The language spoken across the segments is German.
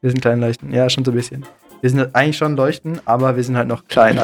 Wir sind klein leuchten. Ja, schon so ein bisschen. Wir sind eigentlich schon leuchten, aber wir sind halt noch klein.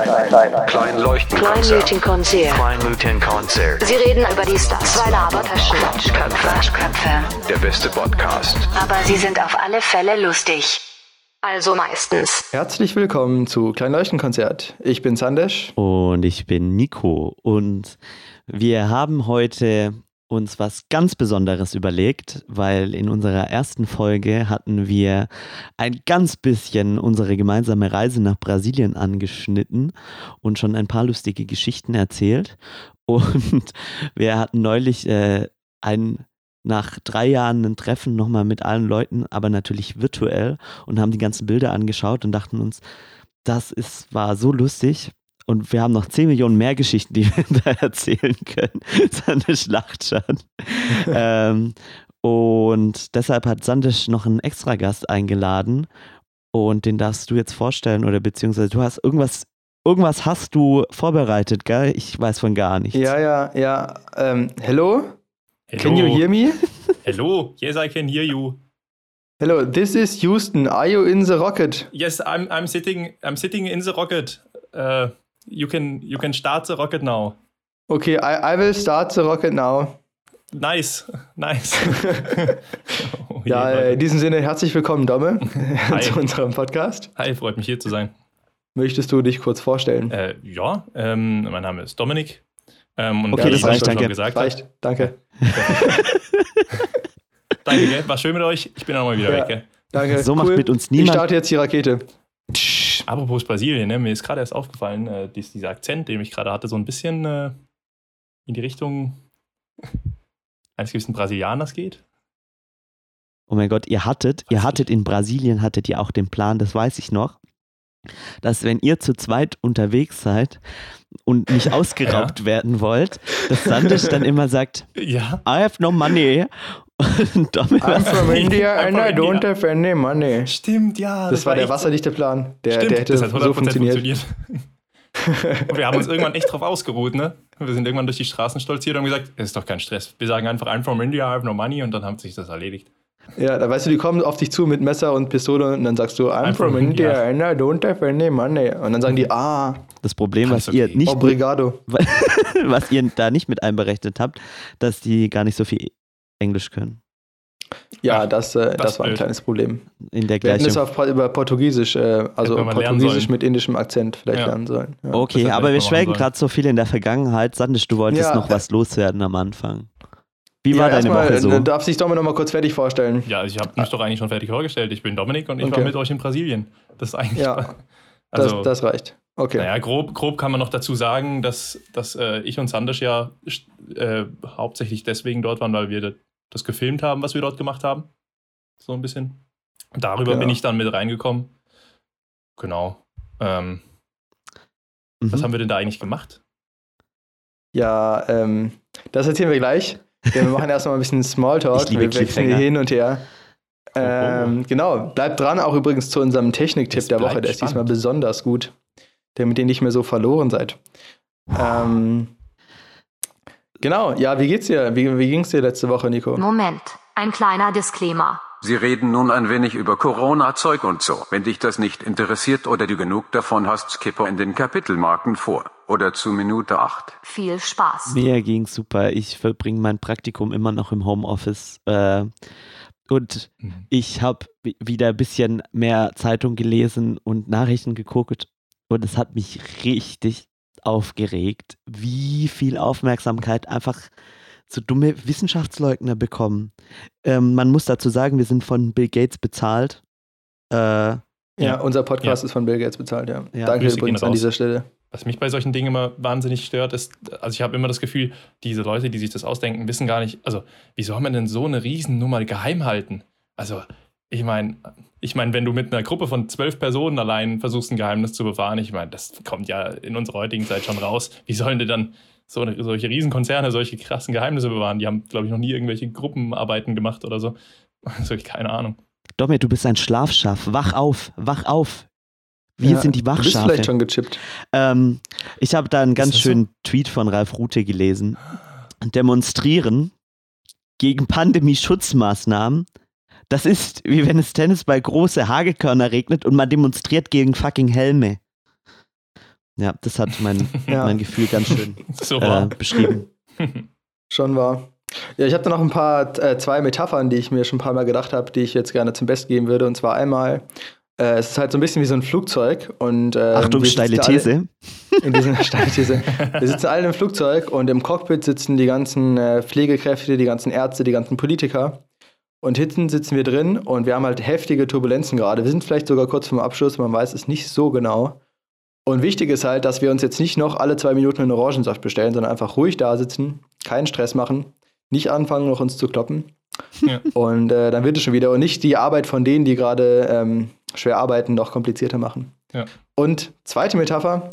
Kleinleuchtenkonzert. Kleinleuchtenkonzert. Sie reden über die Stars. Zwei Labertaschen. Quatschköpfe. Der beste Podcast. Aber sie sind auf alle Fälle lustig. Also meistens. Herzlich willkommen zu Kleinleuchtenkonzert. Ich bin Sandesh. Und ich bin Nico. Und wir haben heute uns was ganz Besonderes überlegt, weil in unserer ersten Folge hatten wir ein ganz bisschen unsere gemeinsame Reise nach Brasilien angeschnitten und schon ein paar lustige Geschichten erzählt. Und wir hatten neulich nach 3 Jahren ein Treffen nochmal mit allen Leuten, aber natürlich virtuell, und haben die ganzen Bilder angeschaut und dachten uns, war so lustig. Und wir haben noch 10 Millionen mehr Geschichten, die wir da erzählen können. Sandesh lacht schon. Und deshalb hat Sandesh noch einen Extragast eingeladen. Und den darfst du jetzt vorstellen, oder beziehungsweise du hast irgendwas hast du vorbereitet, gell? Ich weiß von gar nichts. Ja. Hello? Can you hear me? Hello, yes, I can hear you. Hello, this is Houston. Are you in the rocket? Yes, I'm sitting in the rocket. You can start the rocket now. Okay, I will start the rocket now. Nice. Oh, ja, in diesem Sinne herzlich willkommen, Domme, zu unserem Podcast. Hi, freut mich hier zu sein. Möchtest du dich kurz vorstellen? Mein Name ist Dominik. Und okay, das reicht, danke. Reicht, danke. Danke, gell? War schön mit euch. Ich bin auch mal wieder weg, gell? Danke. So macht mit uns niemand. Ich starte jetzt die Rakete. Apropos Brasilien, ne? Mir ist gerade erst aufgefallen, dieser Akzent, den ich gerade hatte, so ein bisschen in die Richtung eines gewissen Brasilianers geht. Oh mein Gott, ihr hattet in Brasilien auch den Plan, das weiß ich noch, dass wenn ihr zu zweit unterwegs seid und nicht ausgeraubt werden wollt, dass Sandesh dann immer sagt, ja. I have no money. Und I'm from India and I don't have any money. Stimmt, ja. Das war der wasserdichte Plan. Der hätte das hat 100% so funktioniert. Und wir haben uns irgendwann echt drauf ausgeruht, ne? Wir sind irgendwann durch die Straßen stolziert und haben gesagt, es ist doch kein Stress. Wir sagen einfach, I'm from India, I have no money, und dann hat sich das erledigt. Ja, da weißt du, die kommen auf dich zu mit Messer und Pistole und dann sagst du, I'm from India and I don't have any money. Und dann sagen die, das Problem, was ihr nicht Obrigado. Was ihr da nicht mit einberechnet habt, dass die gar nicht so viel Englisch können. Ja, das war ein kleines Problem. In der Wir hätten Gleichung. das über Portugiesisch, Portugiesisch mit indischem Akzent vielleicht lernen sollen. Ja. Okay, aber wir schwelgen gerade so viel in der Vergangenheit. Sandesh, du wolltest noch was loswerden am Anfang. Wie war deine Woche so? Darf sich Dominik noch mal kurz fertig vorstellen? Ja, ich habe mich doch eigentlich schon fertig vorgestellt. Ich bin Dominik und ich war mit euch in Brasilien. Das ist eigentlich... Ja, also, das reicht. Okay. Naja, grob kann man noch dazu sagen, dass ich und Sandesh ja hauptsächlich deswegen dort waren, weil wir das gefilmt haben, was wir dort gemacht haben. So ein bisschen. Darüber bin ich dann mit reingekommen. Genau. Was haben wir denn da eigentlich gemacht? Ja, das erzählen wir gleich. Wir machen erstmal ein bisschen Smalltalk. Wir wechseln hier hin und her. Genau, bleibt dran, auch übrigens zu unserem Techniktipp der Woche. Der ist diesmal besonders gut, damit ihr nicht mehr so verloren seid. Genau, ja, wie geht's dir? Wie ging's dir letzte Woche, Nico? Moment, ein kleiner Disclaimer. Sie reden nun ein wenig über Corona-Zeug und so. Wenn dich das nicht interessiert oder du genug davon hast, skippe in den Kapitelmarken vor. Oder zu Minute 8. Viel Spaß. Mir ging's super. Ich verbringe mein Praktikum immer noch im Homeoffice. Und ich habe wieder ein bisschen mehr Zeitung gelesen und Nachrichten geguckt. Und es hat mich richtig aufgeregt, wie viel Aufmerksamkeit einfach so dumme Wissenschaftsleugner bekommen. Man muss dazu sagen, wir sind von Bill Gates bezahlt. Ja, unser Podcast ist von Bill Gates bezahlt, ja. Danke Grüße übrigens an dieser Stelle. Was mich bei solchen Dingen immer wahnsinnig stört, ist, also ich habe immer das Gefühl, diese Leute, die sich das ausdenken, wissen gar nicht, also wie soll man denn so eine Riesennummer geheim halten? Also ich meine, wenn du mit einer Gruppe von 12 Personen allein versuchst, ein Geheimnis zu bewahren, ich meine, das kommt ja in unserer heutigen Zeit schon raus. Wie sollen die dann solche Riesenkonzerne solche krassen Geheimnisse bewahren? Die haben, glaube ich, noch nie irgendwelche Gruppenarbeiten gemacht oder so. Also keine Ahnung. Dominik, du bist ein Schlafschaf. Wach auf, wach auf. Wir sind die Wachschafe. Du bist vielleicht schon gechippt. Ich habe da einen ganz schönen Tweet von Ralf Rute gelesen. Demonstrieren gegen Pandemie-Schutzmaßnahmen Das ist, wie wenn es Tennisball große Hagelkörner regnet und man demonstriert gegen fucking Helme. Ja, das hat mein Gefühl ganz schön beschrieben. Schon wahr. Ja, ich habe da noch zwei Metaphern, die ich mir schon ein paar Mal gedacht habe, die ich jetzt gerne zum Besten geben würde. Und zwar einmal, es ist halt so ein bisschen wie so ein Flugzeug. Und, Achtung, steile These. In diesem steile These. Wir sitzen alle im Flugzeug und im Cockpit sitzen die ganzen Pflegekräfte, die ganzen Ärzte, die ganzen Politiker. Und hinten sitzen wir drin und wir haben halt heftige Turbulenzen gerade. Wir sind vielleicht sogar kurz vorm Abschluss, man weiß es nicht so genau. Und wichtig ist halt, dass wir uns jetzt nicht noch alle 2 Minuten einen Orangensaft bestellen, sondern einfach ruhig da sitzen, keinen Stress machen, nicht anfangen, noch uns zu kloppen. Ja. Und dann wird es schon wieder. Und nicht die Arbeit von denen, die gerade schwer arbeiten, noch komplizierter machen. Ja. Und zweite Metapher,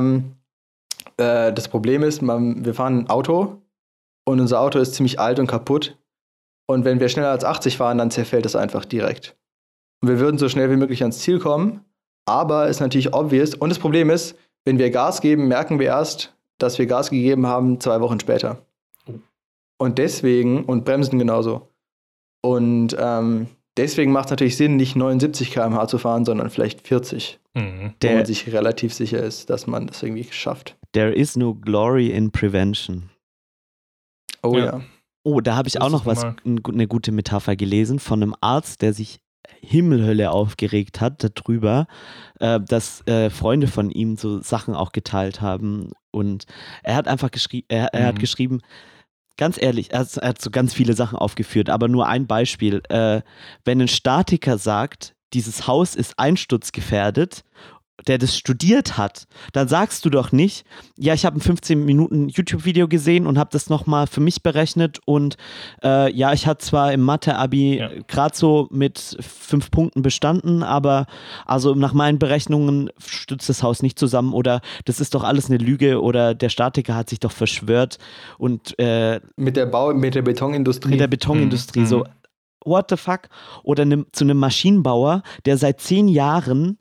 das Problem ist, wir fahren ein Auto und unser Auto ist ziemlich alt und kaputt. Und wenn wir schneller als 80 fahren, dann zerfällt es einfach direkt. Und wir würden so schnell wie möglich ans Ziel kommen, aber ist natürlich obvious. Und das Problem ist, wenn wir Gas geben, merken wir erst, dass wir Gas gegeben haben 2 Wochen später. Und deswegen, und Bremsen genauso. Und deswegen macht es natürlich Sinn, nicht 79 km/h zu fahren, sondern vielleicht 40. Wo man sich relativ sicher ist, dass man das irgendwie schafft. There is no glory in prevention. Oh ja. Oh, da habe ich auch noch eine gute Metapher gelesen von einem Arzt, der sich Himmelhölle aufgeregt hat darüber, dass Freunde von ihm so Sachen auch geteilt haben. Und er hat einfach hat geschrieben, ganz ehrlich, er hat so ganz viele Sachen aufgeführt, aber nur ein Beispiel. Wenn ein Statiker sagt, dieses Haus ist einsturzgefährdet, der das studiert hat, dann sagst du doch nicht, ja, ich habe ein 15 Minuten YouTube-Video gesehen und habe das nochmal für mich berechnet und ja, ich hatte zwar im Mathe-Abi gerade so mit 5 Punkten bestanden, aber also nach meinen Berechnungen stützt das Haus nicht zusammen oder das ist doch alles eine Lüge oder der Statiker hat sich doch verschwört und mit der Betonindustrie. Mit der Betonindustrie, so what the fuck? Oder zu einem Maschinenbauer, der seit 10 Jahren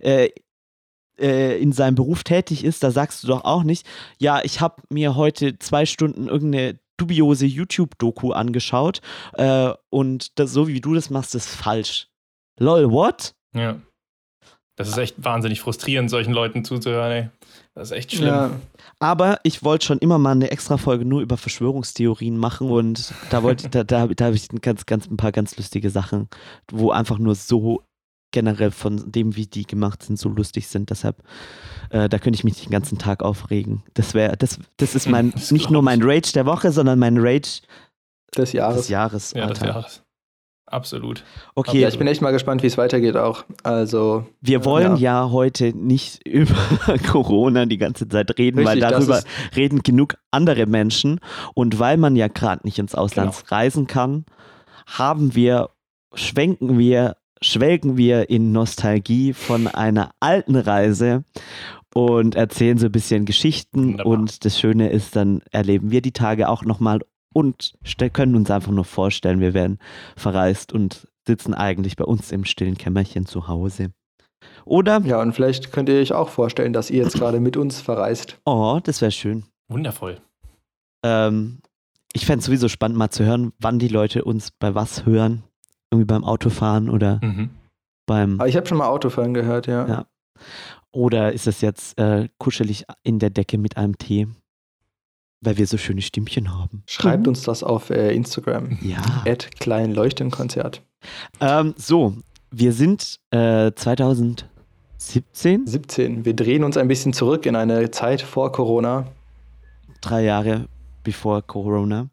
in seinem Beruf tätig ist, da sagst du doch auch nicht, ja, ich habe mir heute 2 Stunden irgendeine dubiose YouTube-Doku angeschaut und das, so wie du das machst, ist falsch. Lol, what? Ja. Das ist echt wahnsinnig frustrierend, solchen Leuten zuzuhören, ey. Das ist echt schlimm. Ja. Aber ich wollte schon immer mal eine Extra-Folge nur über Verschwörungstheorien machen und da habe ich ein paar ganz lustige Sachen, wo einfach nur so generell von dem, wie die gemacht sind, so lustig sind. Deshalb, da könnte ich mich den ganzen Tag aufregen. Das ist nicht nur mein Rage der Woche, sondern mein Rage des Jahres. Ja, des Jahres. Absolut. Okay. Ja, ich bin echt mal gespannt, wie es weitergeht auch. Also, wir wollen ja heute nicht über Corona die ganze Zeit reden, richtig, weil darüber reden genug andere Menschen. Und weil man ja gerade nicht ins Ausland reisen kann, schwelgen wir in Nostalgie von einer alten Reise und erzählen so ein bisschen Geschichten. Wunderbar. Und das Schöne ist, dann erleben wir die Tage auch nochmal und können uns einfach nur vorstellen, wir werden verreist und sitzen eigentlich bei uns im stillen Kämmerchen zu Hause. Oder? Ja, und vielleicht könnt ihr euch auch vorstellen, dass ihr jetzt gerade mit uns verreist. Oh, das wäre schön. Wundervoll. Ich fände es sowieso spannend, mal zu hören, wann die Leute uns bei was hören. Irgendwie beim Autofahren oder beim... Aber ich habe schon mal Autofahren gehört, ja. Oder ist es jetzt kuschelig in der Decke mit einem Tee, weil wir so schöne Stimmchen haben? Schreibt uns das auf Instagram. Ja. @kleinleuchtenkonzert. So, wir sind 2017. 17. Wir drehen uns ein bisschen zurück in eine Zeit vor Corona. 3 Jahre bevor Corona.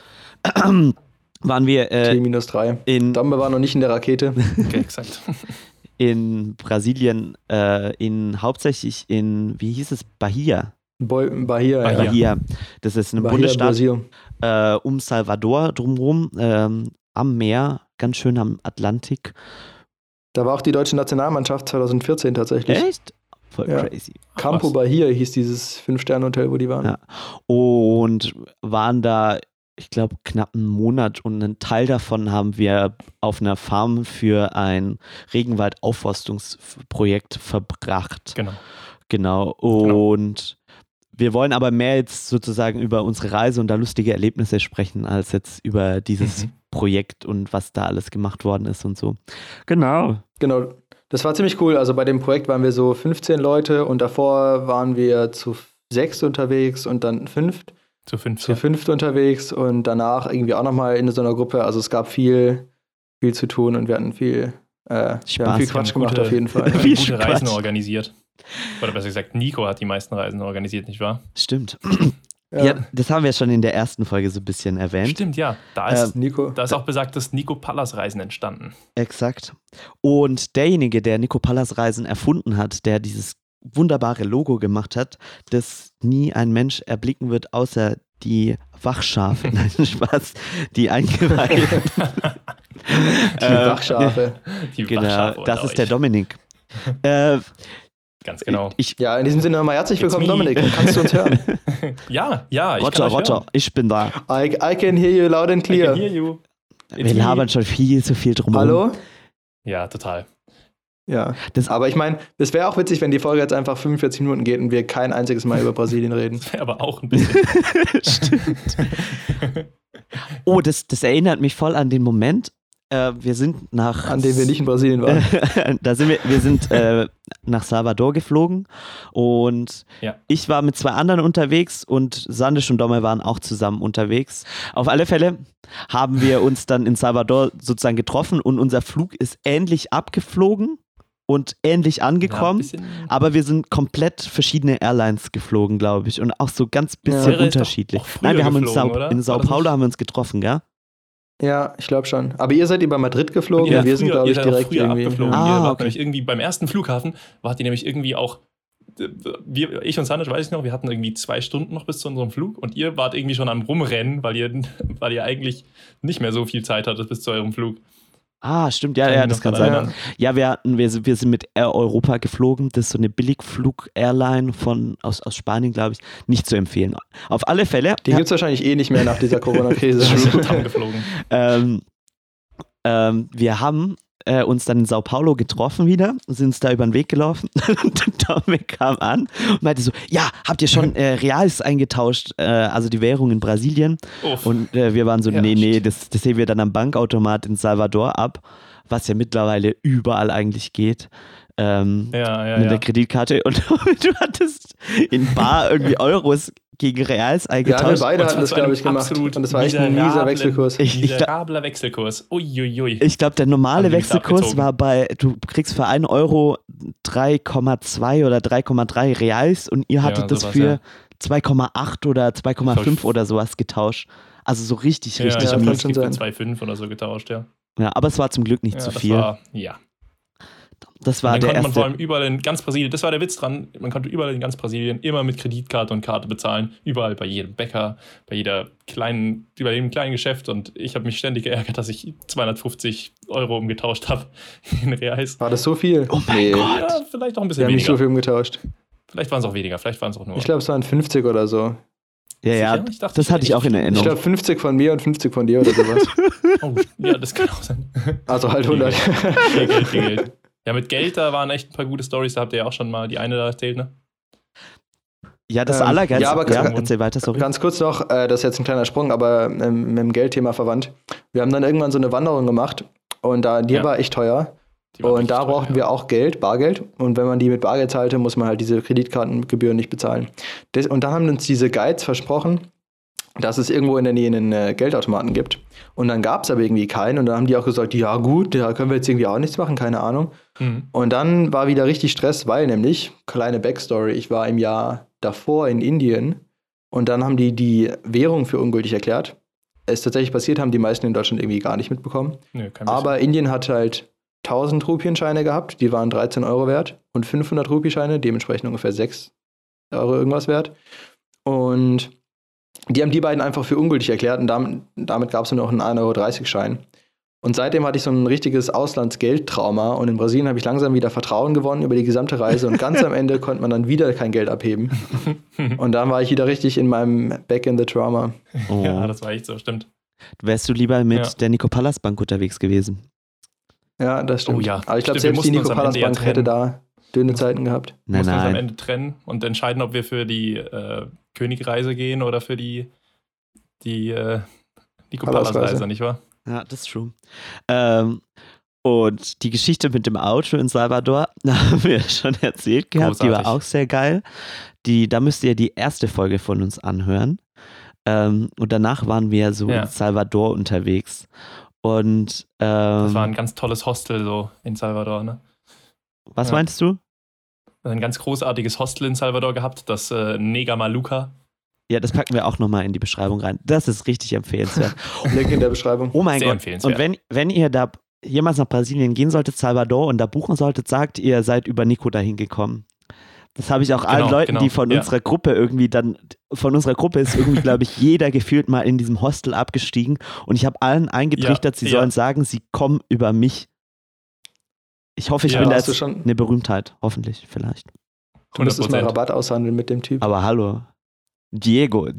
Waren wir T-3. Dumbe war noch nicht in der Rakete. Okay, exakt. In Brasilien, hauptsächlich in, wie hieß es, Bahia. Bahia. Das ist ein Bundesstaat um Salvador drumherum, am Meer, ganz schön am Atlantik. Da war auch die deutsche Nationalmannschaft 2014 tatsächlich. Echt? Voll crazy. Campo Bahia hieß dieses 5-Sterne-Hotel, wo die waren. Ja. Und waren da, ich glaube, knapp einen Monat und einen Teil davon haben wir auf einer Farm für ein Regenwaldaufforstungsprojekt verbracht. Genau. Und wir wollen aber mehr jetzt sozusagen über unsere Reise und da lustige Erlebnisse sprechen, als jetzt über dieses Projekt und was da alles gemacht worden ist und so. Genau. Genau, das war ziemlich cool. Also bei dem Projekt waren wir so 15 Leute und davor waren wir zu 6 unterwegs und dann 5. Zu 5 unterwegs und danach irgendwie auch nochmal in so einer Gruppe. Also es gab viel zu tun und wir hatten viel Quatsch gemacht auf jeden Fall. Gute Reisen organisiert. Oder besser gesagt, Nico hat die meisten Reisen organisiert, nicht wahr? Stimmt. Ja, das haben wir schon in der ersten Folge so ein bisschen erwähnt. Stimmt, ja. Da ist auch besagtes Nico Pallas Reisen entstanden. Exakt. Und derjenige, der Nico Pallas Reisen erfunden hat, der dieses wunderbare Logo gemacht hat, das nie ein Mensch erblicken wird, außer die Wachschafe. Nein, Spaß. Die Eingeweihten. Die Wachschafe. Genau, das ist der Dominik. Ganz genau. In diesem Sinne nochmal herzlich willkommen, Dominik. Kannst du uns hören? Ja. Roger, ich bin da. I can hear you loud and clear. I can hear you. Wir labern schon viel zu viel drum. Hallo? Ja, total. Ja, aber ich meine, es wäre auch witzig, wenn die Folge jetzt einfach 45 Minuten geht und wir kein einziges Mal über Brasilien reden. Das wäre aber auch ein bisschen. Stimmt. Oh, das erinnert mich voll an den Moment. Wir sind nach... An dem wir nicht in Brasilien waren. wir sind nach Salvador geflogen und ich war mit 2 anderen unterwegs und Sandisch und Domme waren auch zusammen unterwegs. Auf alle Fälle haben wir uns dann in Salvador sozusagen getroffen und unser Flug ist ähnlich abgeflogen und ähnlich angekommen, aber wir sind komplett verschiedene Airlines geflogen, glaube ich, und auch so ganz bisschen unterschiedlich. Nein, wir haben uns in Sao Paulo haben wir uns getroffen, gell? Ja, ich glaube schon. Aber ihr seid über Madrid geflogen und wir sind, glaube ich, direkt irgendwie abgeflogen. Ihr wart nämlich irgendwie beim ersten Flughafen, wart ihr nämlich irgendwie auch, ich und Sandisch, weiß ich noch, wir hatten irgendwie 2 Stunden noch bis zu unserem Flug und ihr wart irgendwie schon am Rumrennen, weil ihr eigentlich nicht mehr so viel Zeit hattet bis zu eurem Flug. Ah, stimmt, ja, das kann sein. Ja, wir sind mit Air Europa geflogen, das ist so eine Billigflug-Airline aus Spanien, glaube ich, nicht zu empfehlen. Auf alle Fälle. Die gibt es wahrscheinlich eh nicht mehr nach dieser Corona-Krise. Wir haben uns dann in Sao Paulo getroffen wieder, sind uns da über den Weg gelaufen und Dominik kam an und meinte so, ja, habt ihr schon Reals eingetauscht, also die Währung in Brasilien? Und wir waren so, nee, das sehen wir dann am Bankautomat in Salvador ab, was ja mittlerweile überall eigentlich geht. Mit der Kreditkarte und du hattest in Bar irgendwie Euros gegen Reals eingetauscht. Ja, wir beide hatten das, glaube ich, gemacht. Und das war echt ein mieser Wechselkurs. Miserabler Wechselkurs. Uiuiui. Ich glaube, der normale Wechselkurs war du kriegst für 1 Euro 3,2 oder 3,3 Reals und ihr hattet das für 2,8 oder 2,5 oder sowas getauscht. Also so richtig mies. Ja, mies. Ich habe 2,5 oder so getauscht, ja. Ja, aber es war zum Glück nicht zu viel. Das war der erste. Man vor allem überall in ganz Brasilien, das war der Witz dran, man konnte überall in ganz Brasilien immer mit Kreditkarte und Karte bezahlen. Überall, bei jedem Bäcker, bei jedem kleinen Geschäft. Und ich habe mich ständig geärgert, dass ich 250 Euro umgetauscht habe in Reais. War das so viel? Oh mein Gott. Ja, vielleicht auch ein bisschen weniger. Wir haben nicht so viel umgetauscht. Vielleicht waren es auch weniger, vielleicht waren es auch nur. Ich glaube, es waren 50 oder so. Ja, das hatte ich auch in Erinnerung. Ich glaube 50 von mir und 50 von dir oder sowas. Oh, ja, das kann auch sein. Also halt 100. Viel Geld. Ja, mit Geld, da waren echt ein paar gute Storys, da habt ihr ja auch schon mal die eine da erzählt, ne? Ja, das Allergeilste. Ja, aber erzähl weiter, sorry. Ganz kurz noch, das ist jetzt ein kleiner Sprung, aber mit dem Geldthema verwandt. Wir haben dann irgendwann so eine Wanderung gemacht und die war echt teuer. Und da brauchten wir auch Geld, Bargeld. Und wenn man die mit Bargeld zahlte, muss man halt diese Kreditkartengebühren nicht bezahlen. Und dann haben uns diese Guides versprochen, dass es irgendwo in der Nähe einen Geldautomaten gibt. Und dann gab es aber irgendwie keinen. Und dann haben die auch gesagt, ja gut, da können wir jetzt irgendwie auch nichts machen, keine Ahnung. Und dann war wieder richtig Stress, weil nämlich, kleine Backstory, ich war im Jahr davor in Indien und dann haben die Währung für ungültig erklärt. Es ist tatsächlich passiert, haben die meisten in Deutschland irgendwie gar nicht mitbekommen. Nö, aber Indien hat halt 1000 Rupienscheine gehabt, die waren 13 Euro wert und 500 Rupienscheine, dementsprechend ungefähr 6 Euro irgendwas wert. Und die haben die beiden einfach für ungültig erklärt und damit gab es nur noch einen 1,30-Euro-Schein. Und seitdem hatte ich so ein richtiges Auslandsgeldtrauma und in Brasilien habe ich langsam wieder Vertrauen gewonnen über die gesamte Reise und ganz am Ende konnte man dann wieder kein Geld abheben. Und dann war ich wieder richtig in meinem Back in the Trauma. Oh. Ja, das war echt so, stimmt. Wärst du lieber mit der Nico Pallas Bank unterwegs gewesen? Ja, das stimmt. Oh ja, aber ich glaube, selbst die Nico Pallas Bank hätte da dünne Zeiten gehabt. Wir mussten uns am Ende trennen und entscheiden, ob wir für die Königreise gehen oder für die Nico Pallas Reise, nicht wahr? Ja, das ist true. Und die Geschichte mit dem Auto in Salvador, haben wir schon erzählt gehabt, Großartig. Die war auch sehr geil. Da müsst ihr die erste Folge von uns anhören. Und danach waren wir so in Salvador unterwegs. Und das war ein ganz tolles Hostel so in Salvador, ne? Was meinst du? Ein ganz großartiges Hostel in Salvador gehabt, das Nega Maluca. Ja, das packen wir auch nochmal in die Beschreibung rein. Das ist richtig empfehlenswert. Link in der Beschreibung. Oh mein Sehr Gott. empfehlenswert. Und wenn ihr da jemals nach Brasilien gehen solltet, Salvador, und da buchen solltet, sagt, ihr seid über Nico dahin gekommen. Das habe ich auch allen Leuten, die von unserer Gruppe ist irgendwie, glaube ich, jeder gefühlt mal in diesem Hostel abgestiegen. Und ich habe allen eingetrichtert, sie sollen sagen, sie kommen über mich. Ich hoffe, ich bin da jetzt eine Berühmtheit. Hoffentlich, vielleicht. Du müsstest mal Rabatt aushandeln mit dem Typ. Aber hallo. Diego.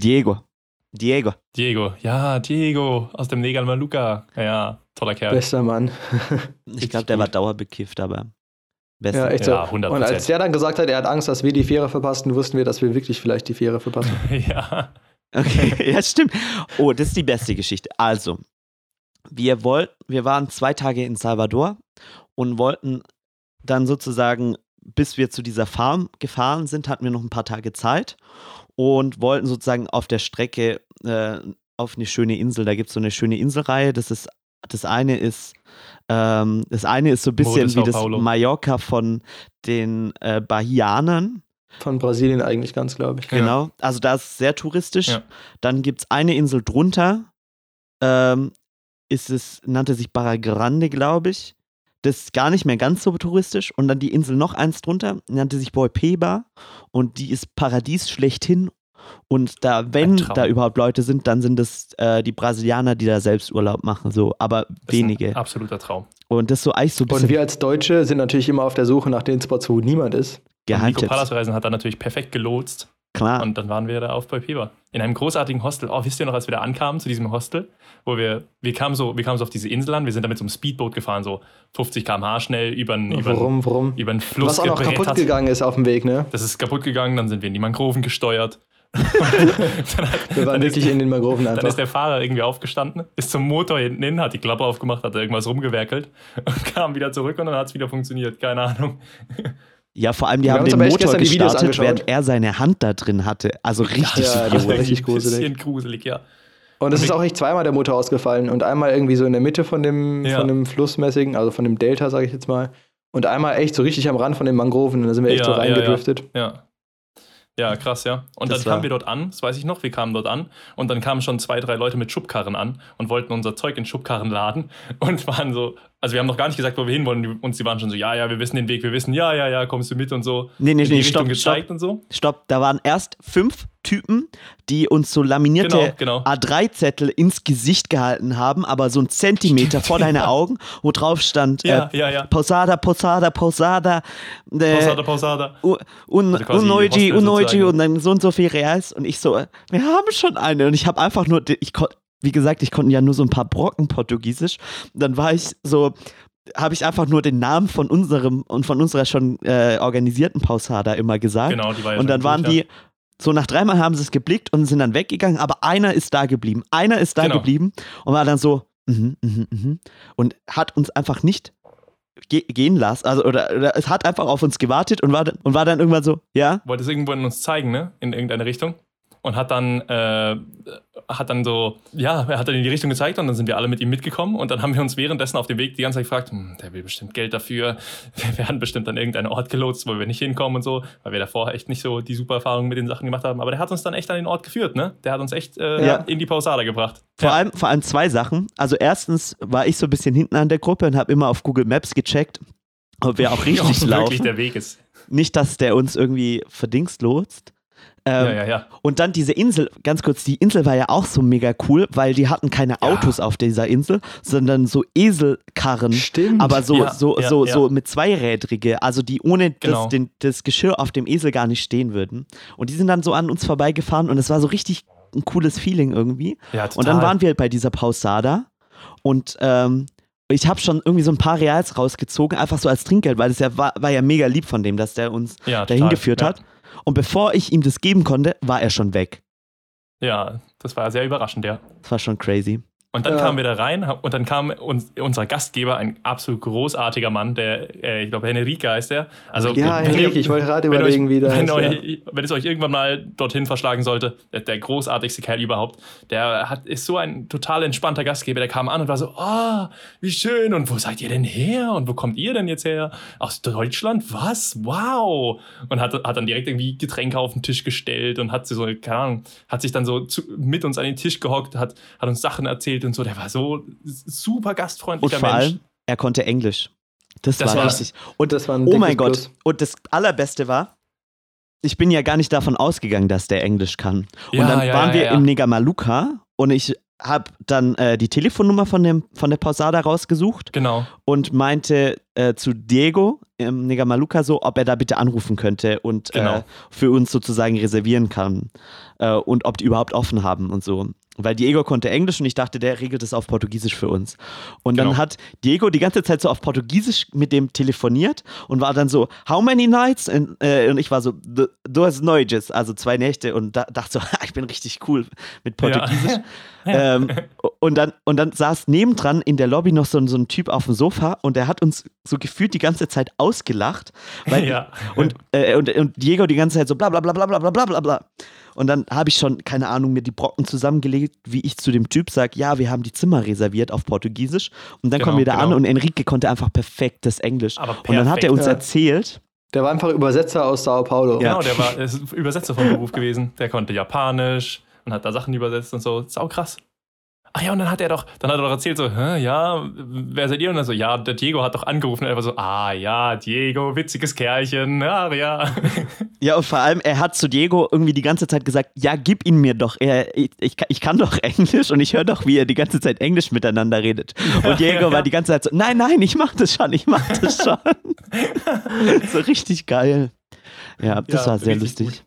Ja, Diego aus dem Nega Maluca. Ja, toller Kerl. Bester Mann. Ich glaube, der war dauerbekifft, aber besser. Ja, echt so. Ja, 100%. Und als der dann gesagt hat, er hat Angst, dass wir die Fähre verpassen, wussten wir, dass wir wirklich vielleicht die Fähre verpassen. Ja. Okay, ja, stimmt. Oh, das ist die beste Geschichte. Also, wir waren 2 Tage in Salvador und wollten dann sozusagen, bis wir zu dieser Farm gefahren sind, hatten wir noch ein paar Tage Zeit und wollten sozusagen auf der Strecke auf eine schöne Insel. Da gibt es so eine schöne Inselreihe. Das eine ist so ein bisschen wie das Mallorca von den Bahianern. Von Brasilien eigentlich ganz, glaube ich. Genau, also da ist es sehr touristisch. Ja. Dann gibt es eine Insel drunter, nannte sich Barra Grande, glaube ich. Das ist gar nicht mehr ganz so touristisch. Und dann die Insel noch eins drunter, nannte sich Boipeba. Und die ist Paradies schlechthin. Und wenn da überhaupt Leute sind, dann sind es die Brasilianer, die da selbst Urlaub machen. So, aber das wenige. Ist ein absoluter Traum. Und das so eigentlich so ein bisschen. Und wir als Deutsche sind natürlich immer auf der Suche nach den Spots, wo niemand ist. Nico Palace-Reisen hat da natürlich perfekt gelotst. Klar. Und dann waren wir da auf Boipeba. In einem großartigen Hostel. Oh, wisst ihr noch, als wir da ankamen zu diesem Hostel, wo wir kamen so auf diese Insel an, wir sind da mit so einem Speedboot gefahren, so 50 km/h schnell über einen Fluss. Was auch noch kaputt gegangen ist auf dem Weg, ne? Das ist kaputt gegangen, dann sind wir in die Mangroven gesteuert. Wir waren wirklich in den Mangroven einfach. Dann ist der Fahrer irgendwie aufgestanden, ist zum Motor hinten hin, hat die Klappe aufgemacht, hat da irgendwas rumgewerkelt und kam wieder zurück und dann hat es wieder funktioniert. Keine Ahnung. Ja, vor allem, die haben den Motor gestartet, während er seine Hand da drin hatte. Also richtig das war richtig gruselig. Ein bisschen gruselig, ja. Und es ist auch echt zweimal der Motor ausgefallen und einmal irgendwie so in der Mitte von dem Flussmäßigen, also von dem Delta, sage ich jetzt mal. Und einmal echt so richtig am Rand von den Mangroven und da sind wir echt so reingedriftet. Ja, krass, ja. Und dann kamen wir dort an, das weiß ich noch, wir kamen dort an und dann kamen schon 2, 3 Leute mit Schubkarren an und wollten unser Zeug in Schubkarren laden und waren so, also wir haben noch gar nicht gesagt, wo wir hinwollen und sie waren schon so, ja, wir wissen den Weg, wir wissen, ja, kommst du mit und so. Nee, Stopp. Und so. Stopp, da waren erst 5 Typen, die uns so laminierte A3-Zettel ins Gesicht gehalten haben, aber so 1 Zentimeter vor deine Augen, wo drauf stand Posada. Posada. Unoiji und dann so und so viel Reals und ich so, wir haben schon eine und ich habe einfach nur, wie gesagt, ich konnte ja nur so ein paar Brocken Portugiesisch. Dann habe ich einfach nur den Namen von unserer schon organisierten Pausada immer gesagt. Genau, die war ja und dann waren die, so nach 3 Mal haben sie es geblickt und sind dann weggegangen, aber einer ist da geblieben. Geblieben und war dann so, und hat uns einfach nicht gehen lassen, also oder es hat einfach auf uns gewartet und war dann irgendwann so, ja. Wollte es irgendwo in uns zeigen, ne? In irgendeine Richtung. Und hat dann in die Richtung gezeigt und dann sind wir alle mit ihm mitgekommen und dann haben wir uns währenddessen auf dem Weg die ganze Zeit gefragt, der will bestimmt Geld dafür, wir werden bestimmt an irgendeinen Ort gelotst, wo wir nicht hinkommen und so, weil wir davor echt nicht so die super Erfahrungen mit den Sachen gemacht haben, aber der hat uns dann echt an den Ort geführt, ne? Der hat uns echt in die Pausada gebracht. Vor allem 2 Sachen, also erstens war ich so ein bisschen hinten an der Gruppe und habe immer auf Google Maps gecheckt, ob wir auch richtig laufen. Wirklich der Weg ist. Nicht, dass der uns irgendwie verdingst lotst. Und dann diese Insel, ganz kurz, die Insel war ja auch so mega cool, weil die hatten keine Autos auf dieser Insel, sondern so Eselkarren. Stimmt. Aber so mit zweirädrige, also die ohne das Geschirr auf dem Esel gar nicht stehen würden. Und die sind dann so an uns vorbeigefahren und es war so richtig ein cooles Feeling irgendwie. Ja, total. Und dann waren wir bei dieser Pausada und ich habe schon irgendwie so ein paar Reals rausgezogen, einfach so als Trinkgeld, weil es war ja mega lieb von dem, dass der uns dahin geführt hat. Und bevor ich ihm das geben konnte, war er schon weg. Ja, das war sehr überraschend, ja. Das war schon crazy. Und dann kamen wir da rein und dann kam unser Gastgeber, ein absolut großartiger Mann, der, ich glaube, Henrique heißt der. Also, ja, Henrique, ich wollte gerade überlegen, wie der heißt. Wenn es euch irgendwann mal dorthin verschlagen sollte, der großartigste Kerl überhaupt, ist so ein total entspannter Gastgeber, der kam an und war so, wie schön und wo seid ihr denn her und wo kommt ihr denn jetzt her? Aus Deutschland? Was? Wow! Und hat dann direkt irgendwie Getränke auf den Tisch gestellt und hat sich dann so mit uns an den Tisch gehockt, hat uns Sachen erzählt und so, der war so super gastfreundlicher Mensch. Und vor allem, er konnte Englisch. Das war richtig. Und das war ein oh mein Gott. Plus. Und das Allerbeste war, ich bin ja gar nicht davon ausgegangen, dass der Englisch kann. Und dann waren wir im Negamaluca und ich habe dann die Telefonnummer von der Posada rausgesucht. Genau. Und meinte zu Diego im Negamaluca so, ob er da bitte anrufen könnte und für uns sozusagen reservieren kann und ob die überhaupt offen haben und so. Weil Diego konnte Englisch und ich dachte, der regelt es auf Portugiesisch für uns. Und dann hat Diego die ganze Zeit so auf Portugiesisch mit dem telefoniert und war dann so, how many nights? Und ich war so, duas noites, also 2 Nächte und dachte so, ich bin richtig cool mit Portugiesisch. Ja. Und dann saß nebendran in der Lobby noch so ein Typ auf dem Sofa und der hat uns so gefühlt die ganze Zeit ausgelacht. Und Diego die ganze Zeit so bla bla bla bla bla bla bla bla. Und dann habe ich schon, keine Ahnung, mir die Brocken zusammengelegt, wie ich zu dem Typ sage, ja, wir haben die Zimmer reserviert auf Portugiesisch. Und dann kommen wir da an und Enrique konnte einfach perfektes Englisch. Und dann hat er uns erzählt. Der war einfach Übersetzer aus Sao Paulo. Genau, der war Übersetzer vom Beruf gewesen. Der konnte Japanisch und hat da Sachen übersetzt und so. Sau krass. Ach ja, und dann hat er doch erzählt so, ja, wer seid ihr? Und dann so, ja, der Diego hat doch angerufen und er war so, ja, Diego, witziges Kerlchen, ja. Ja, und vor allem, er hat zu Diego irgendwie die ganze Zeit gesagt, ja, gib ihn mir doch, ich kann doch Englisch und ich höre doch, wie ihr die ganze Zeit Englisch miteinander redet. Und Diego war die ganze Zeit so, nein, ich mach das schon. So richtig geil. Ja, das war sehr lustig.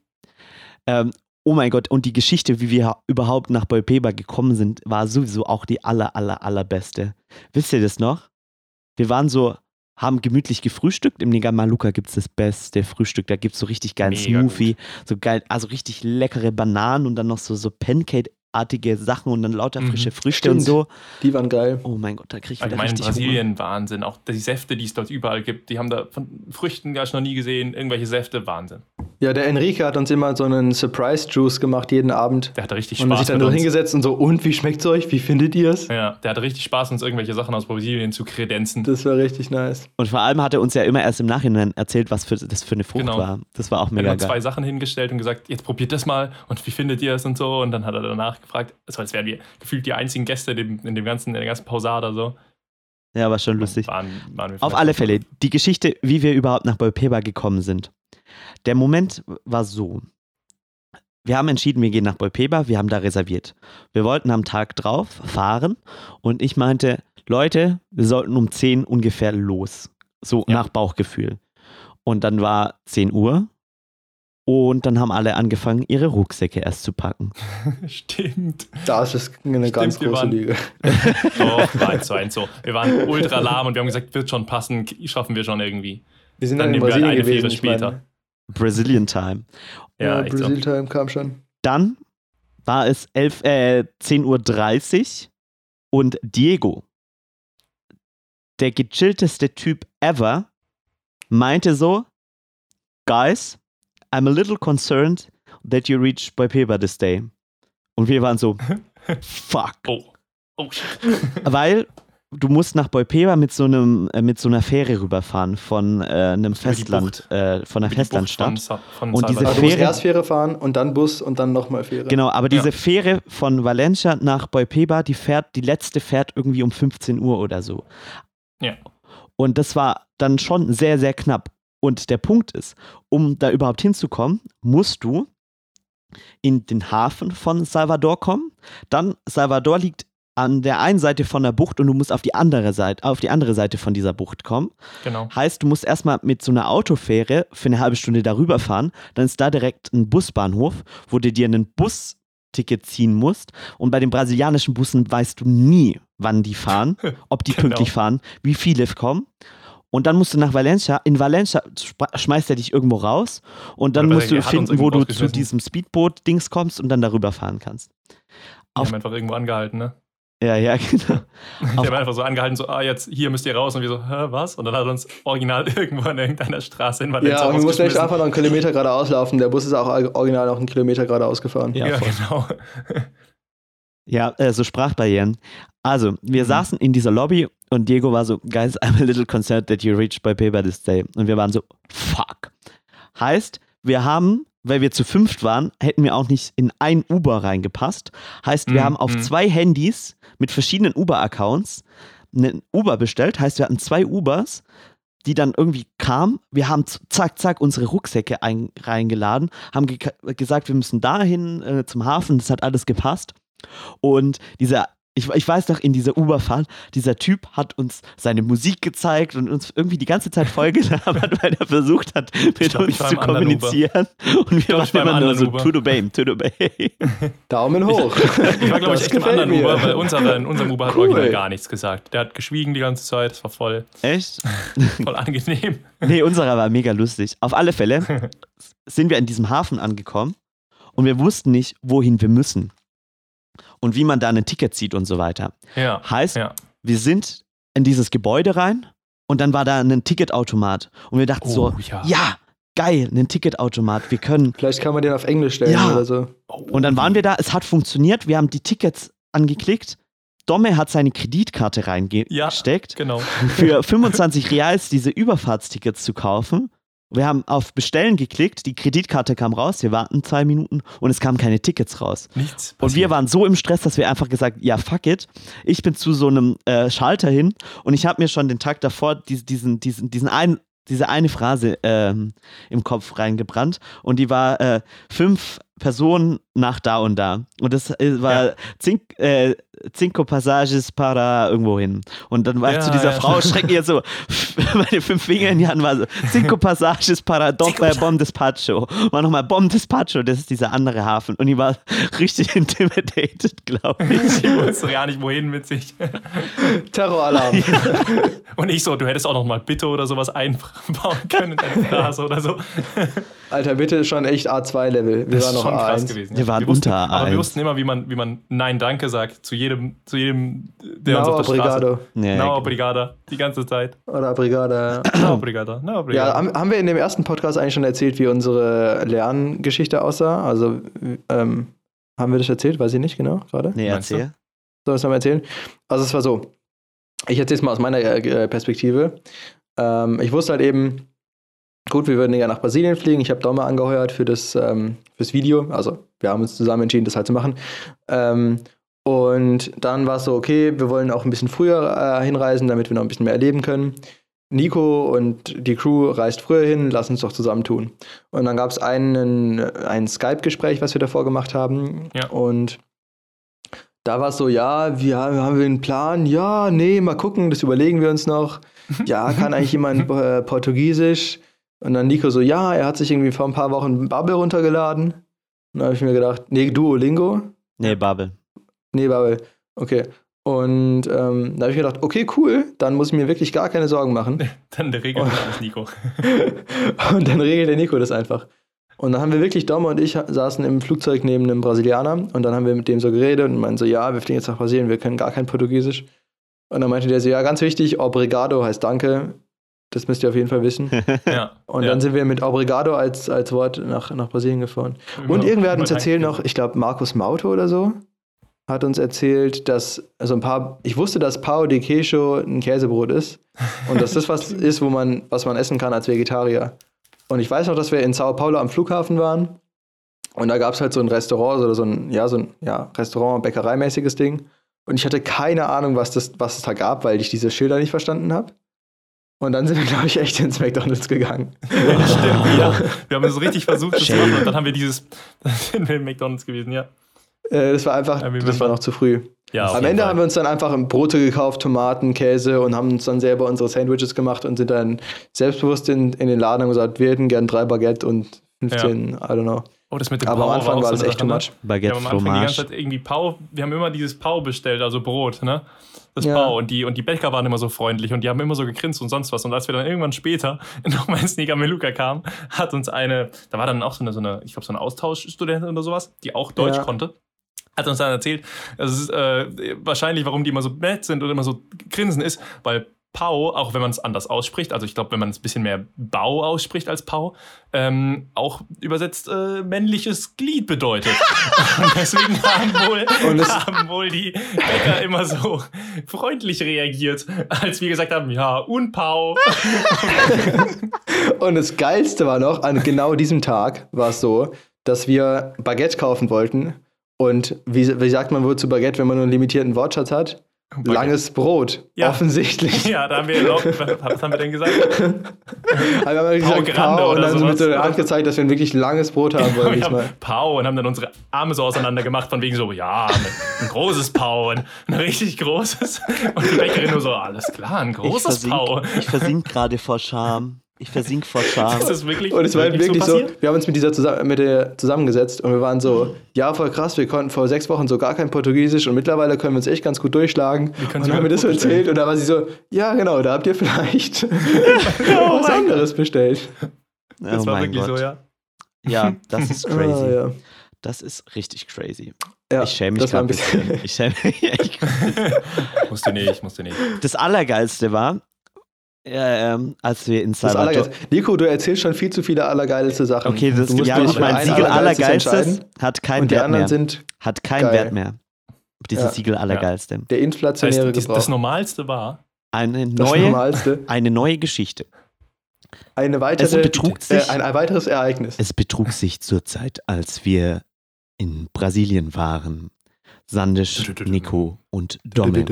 Oh mein Gott, und die Geschichte, wie wir überhaupt nach Boipeba gekommen sind, war sowieso auch die allerbeste. Wisst ihr das noch? Wir waren so, haben gemütlich gefrühstückt. Im Negamaluca gibt es das beste Frühstück. Da gibt es so richtig geilen Smoothie, so geil, also richtig leckere Bananen und dann noch so Pancake-artige Sachen und dann lauter frische Früchte und so. Die waren geil. Oh mein Gott, da krieg ich wieder richtig Brasilien Hunger. Wahnsinn. Auch die Säfte, die es dort überall gibt, die haben da von Früchten gar noch nie gesehen. Irgendwelche Säfte, Wahnsinn. Ja, der Enrique hat uns immer so einen Surprise-Juice gemacht, jeden Abend. Der hatte richtig Spaß. Und sich dann nur hingesetzt und so, und wie schmeckt's euch? Wie findet ihr es? Ja, der hatte richtig Spaß, uns irgendwelche Sachen aus Brasilien zu kredenzen. Das war richtig nice. Und vor allem hat er uns ja immer erst im Nachhinein erzählt, was das für eine Frucht war. Das war auch mega geil. Er hat 2 Sachen hingestellt und gesagt, jetzt probiert das mal und wie findet ihr es und so. Und dann hat er danach gefragt, also als wären wir gefühlt die einzigen Gäste in der ganzen Posada so. Ja, war schon lustig. Waren wir auf alle Fälle, die Geschichte, wie wir überhaupt nach Boipeba gekommen sind. Der Moment war so. Wir haben entschieden, wir gehen nach Boipeba, wir haben da reserviert. Wir wollten am Tag drauf fahren und ich meinte, Leute, wir sollten um 10 ungefähr los. So nach Bauchgefühl. Und dann war 10 Uhr und dann haben alle angefangen, ihre Rucksäcke erst zu packen. Stimmt. Das ist eine ganz große Lüge. Doch, war 1:1 so. Wir waren ultra lahm und wir haben gesagt, wird schon passen, schaffen wir schon irgendwie. Wir sind dann in Brasilien eine gewesen, Fähre später. Brazilian Time. Ja, Brazil Time kam schon. Dann war es 10:30 Uhr und Diego, der gechillteste Typ ever, meinte so, Guys, I'm a little concerned that you reached Boipeba this day. Und wir waren so, fuck. Oh shit. Weil du musst nach Boipeba mit so einer Fähre rüberfahren von einem Festland, von einer Festlandstadt. Und diese Fähre, du musst erst Fähre fahren und dann Bus und dann nochmal Fähre. Genau, aber diese Fähre von Valencia nach Boipeba, die letzte fährt irgendwie um 15 Uhr oder so. Ja. Und das war dann schon sehr, sehr knapp. Und der Punkt ist, um da überhaupt hinzukommen, musst du in den Hafen von Salvador kommen. Dann, Salvador liegt an der einen Seite von der Bucht und du musst auf die andere Seite von dieser Bucht kommen. Genau. Heißt, du musst erstmal mit so einer Autofähre für eine halbe Stunde darüber fahren. Dann ist da direkt ein Busbahnhof, wo du dir einen Busticket ziehen musst. Und bei den brasilianischen Bussen weißt du nie, wann die fahren, ob die pünktlich fahren, wie viele kommen. Und dann musst du nach Valencia. In Valencia schmeißt er dich irgendwo raus. Und dann musst du finden, wo du zu diesem Speedboot-Dings kommst und dann darüber fahren kannst. Die haben einfach irgendwo angehalten, ne? Ja, genau. Der war einfach so angehalten, so, jetzt, hier müsst ihr raus. Und wir so, was? Und dann hat er uns original irgendwo an irgendeiner Straße in Valencia und wir mussten echt einfach noch einen Kilometer geradeaus laufen. Der Bus ist auch original noch einen Kilometer geradeaus gefahren. Ja, genau. Ja, so Sprachbarrieren. Also, wir saßen in dieser Lobby und Diego war so, guys, I'm a little concerned that you reached by paper this day. Und wir waren so, fuck. Heißt, wir haben, weil wir zu 5 waren, hätten wir auch nicht in ein Uber reingepasst. Heißt, wir haben auf 2 Handys mit verschiedenen Uber-Accounts einen Uber bestellt. Heißt, wir hatten 2 Ubers, die dann irgendwie kamen. Wir haben zack, unsere Rucksäcke reingeladen, haben gesagt, wir müssen dahin zum Hafen. Das hat alles gepasst. Und ich weiß noch, in dieser Uberfahrt, dieser Typ hat uns seine Musik gezeigt und uns irgendwie die ganze Zeit vollgelabert, weil er versucht hat, mit uns zu kommunizieren. Und wir waren immer nur so, to the Bame. Daumen hoch. Ich war, glaube ich, echt im anderen Uber, weil in unserem Uber hat original gar nichts gesagt. Der hat geschwiegen die ganze Zeit, es war voll. Echt? Voll angenehm. Nee, unserer war mega lustig. Auf alle Fälle sind wir in diesem Hafen angekommen und wir wussten nicht, wohin wir müssen. Und wie man da ein Ticket zieht und so weiter. Ja. Heißt, wir sind in dieses Gebäude rein und dann war da ein Ticketautomat. Und wir dachten ja, geil, ein Ticketautomat, wir können... Vielleicht kann man den auf Englisch stellen oder so. Und dann waren wir da, es hat funktioniert, wir haben die Tickets angeklickt. Domme hat seine Kreditkarte reingesteckt, genau. für 25 Reals diese Überfahrtstickets zu kaufen. Wir haben auf Bestellen geklickt, die Kreditkarte kam raus, wir warten 2 Minuten und es kamen keine Tickets raus. Nichts passiert. Und wir waren so im Stress, dass wir einfach gesagt, ja, fuck it. Ich bin zu so einem Schalter hin und ich habe mir schon den Tag davor diese eine Phrase im Kopf reingebrannt und die war 5 Personen nach da und da. Und das war 5 Passages para irgendwo hin. Und dann war ich zu dieser Frau, schrecken ihr so meine 5 Finger in die Hand, war so 5 Passages para Bom Despacho. War nochmal Bom Despacho, das ist dieser andere Hafen. Und die war richtig intimidated, glaube ich. Ich wusste gar nicht, wohin mit sich. Terroralarm. Ja. Und ich so, du hättest auch noch mal Bitte oder sowas einbauen können in deine Phrase oder so. Alter, Bitte ist schon echt A2-Level. Wir waren noch schon krass A1 gewesen. Wir waren unter A1. Aber wir wussten immer, wie man Nein, Danke sagt zu jedem, der uns auf der Obrigado. Straße... No, obrigada. Die ganze Zeit. Oder Brigada. No, obrigada. Ja, haben wir in dem ersten Podcast eigentlich schon erzählt, wie unsere Lerngeschichte aussah? Also, haben wir das erzählt? Weiß ich nicht genau gerade. Nee, erzähl. Soll ich es nochmal erzählen? Also, es war so. Ich erzähle es mal aus meiner Perspektive. Ich wusste halt eben, gut, wir würden ja nach Brasilien fliegen. Ich habe Dom angeheuert fürs Video. Also, wir haben uns zusammen entschieden, das halt zu machen. Und dann war es so, okay, wir wollen auch ein bisschen früher hinreisen, damit wir noch ein bisschen mehr erleben können. Nico und die Crew reist früher hin, lass uns doch zusammen tun. Und dann gab es ein Skype-Gespräch, was wir davor gemacht haben. Ja. Und da war es so, haben wir einen Plan? Ja, nee, mal gucken, das überlegen wir uns noch. Ja, kann eigentlich jemand Portugiesisch? Und dann Nico so, ja, er hat sich irgendwie vor ein paar Wochen Bubble runtergeladen. Und dann habe ich mir gedacht, nee, Duolingo? Nee, Bubble. Nee, Bubble. Okay. Und da habe ich mir gedacht, okay, cool, dann muss ich mir wirklich gar keine Sorgen machen. Dann regelt das Nico. Und dann regelt der Nico das einfach. Und dann haben wir wirklich, Dom und ich saßen im Flugzeug neben einem Brasilianer und dann haben wir mit dem so geredet und meinten so, ja, wir fliegen jetzt nach Brasilien, wir können gar kein Portugiesisch. Und dann meinte der so, ja, ganz wichtig, Obrigado heißt Danke. Das müsst ihr auf jeden Fall wissen. Ja, und dann sind wir mit Obrigado als Wort nach Brasilien gefahren. Und irgendwer hat uns erzählt noch, ich glaube Markus Mauto oder so, hat uns erzählt, dass ich wusste, dass Pão de Queijo ein Käsebrot ist und dass das was ist, was man essen kann als Vegetarier. Und ich weiß noch, dass wir in Sao Paulo am Flughafen waren und da gab es halt so ein Restaurant oder so ein Restaurant, Bäckereimäßiges Ding. Und ich hatte keine Ahnung, was es da gab, weil ich diese Schilder nicht verstanden habe. Und dann sind wir, glaube ich, echt ins McDonald's gegangen. Ja, stimmt, ja. Wir haben es richtig versucht, das zu machen und dann haben wir dann sind wir in McDonald's gewesen, ja. Das war einfach, das war noch zu früh. Ja, am Ende haben wir uns dann einfach Brote gekauft, Tomaten, Käse und haben uns dann selber unsere Sandwiches gemacht und sind dann selbstbewusst in den Laden und gesagt, wir hätten gern 3 Baguette und 15, I don't know. Oh, das mit dem Aber Pau am Anfang war das echt too much. Baguette, am Anfang die ganze Zeit irgendwie Pau, wir haben immer dieses Pau bestellt, also Brot, ne? Das Pau. Und die Bäcker waren immer so freundlich und die haben immer so gegrinst und sonst was. Und als wir dann irgendwann später nochmal ins Nega Meluca kamen, hat uns da war dann auch so eine ich glaube, so eine Austauschstudentin oder sowas, die auch Deutsch konnte. hat uns dann erzählt, dass es wahrscheinlich, warum die immer so nett sind und immer so grinsen ist, weil Pau, auch wenn man es anders ausspricht, also ich glaube, wenn man es ein bisschen mehr Bau ausspricht als Pau, auch übersetzt männliches Glied bedeutet. Und deswegen haben wohl die Bäcker immer so freundlich reagiert, als wir gesagt haben, ja, und Pau. Und das Geilste war noch, an genau diesem Tag war es so, dass wir Baguette kaufen wollten. Und wie sagt man wohl zu Baguette, wenn man nur einen limitierten Wortschatz hat? Baguette. Langes Brot, offensichtlich. Ja, da haben wir was haben wir denn gesagt? Wir haben gesagt Pau und dann so mit so der Hand gezeigt, dass wir ein wirklich langes Brot haben wollen. Wir haben Pau und haben dann unsere Arme so auseinander gemacht, von wegen so, ja, ein großes Pau, ein richtig großes. Und die Bäckerin nur so, alles klar, ein großes Pau. Ich versink gerade vor Scham. Ich versink vor Scham. Ist das wirklich, und es war wirklich so, wir haben uns mit der zusammengesetzt und wir waren so, ja, voll krass, wir konnten vor 6 Wochen so gar kein Portugiesisch und mittlerweile können wir uns echt ganz gut durchschlagen. Und dann haben wir das so erzählt und da war sie so, ja genau, da habt ihr vielleicht was anderes bestellt. Das war wirklich Gott. So, ja. Ja, das ist crazy. Ja. Das ist richtig crazy. Ja, ich schäme mich gerade ein bisschen. Ich schäme mich. Musst du nicht. Das Allergeilste war, als wir in Salvador... Nico, du erzählst schon viel zu viele allergeilste Sachen. Okay, das mein Siegel Allergeilstes hat keinen Wert mehr. Hat keinen Wert mehr. Dieses Siegel Allergeilste. Der inflationäre Gebrauch. Das Normalste war... Eine neue Geschichte. Ein weiteres Ereignis. Es betrug sich zur Zeit, als wir in Brasilien waren. Sandisch, Nico und Domme.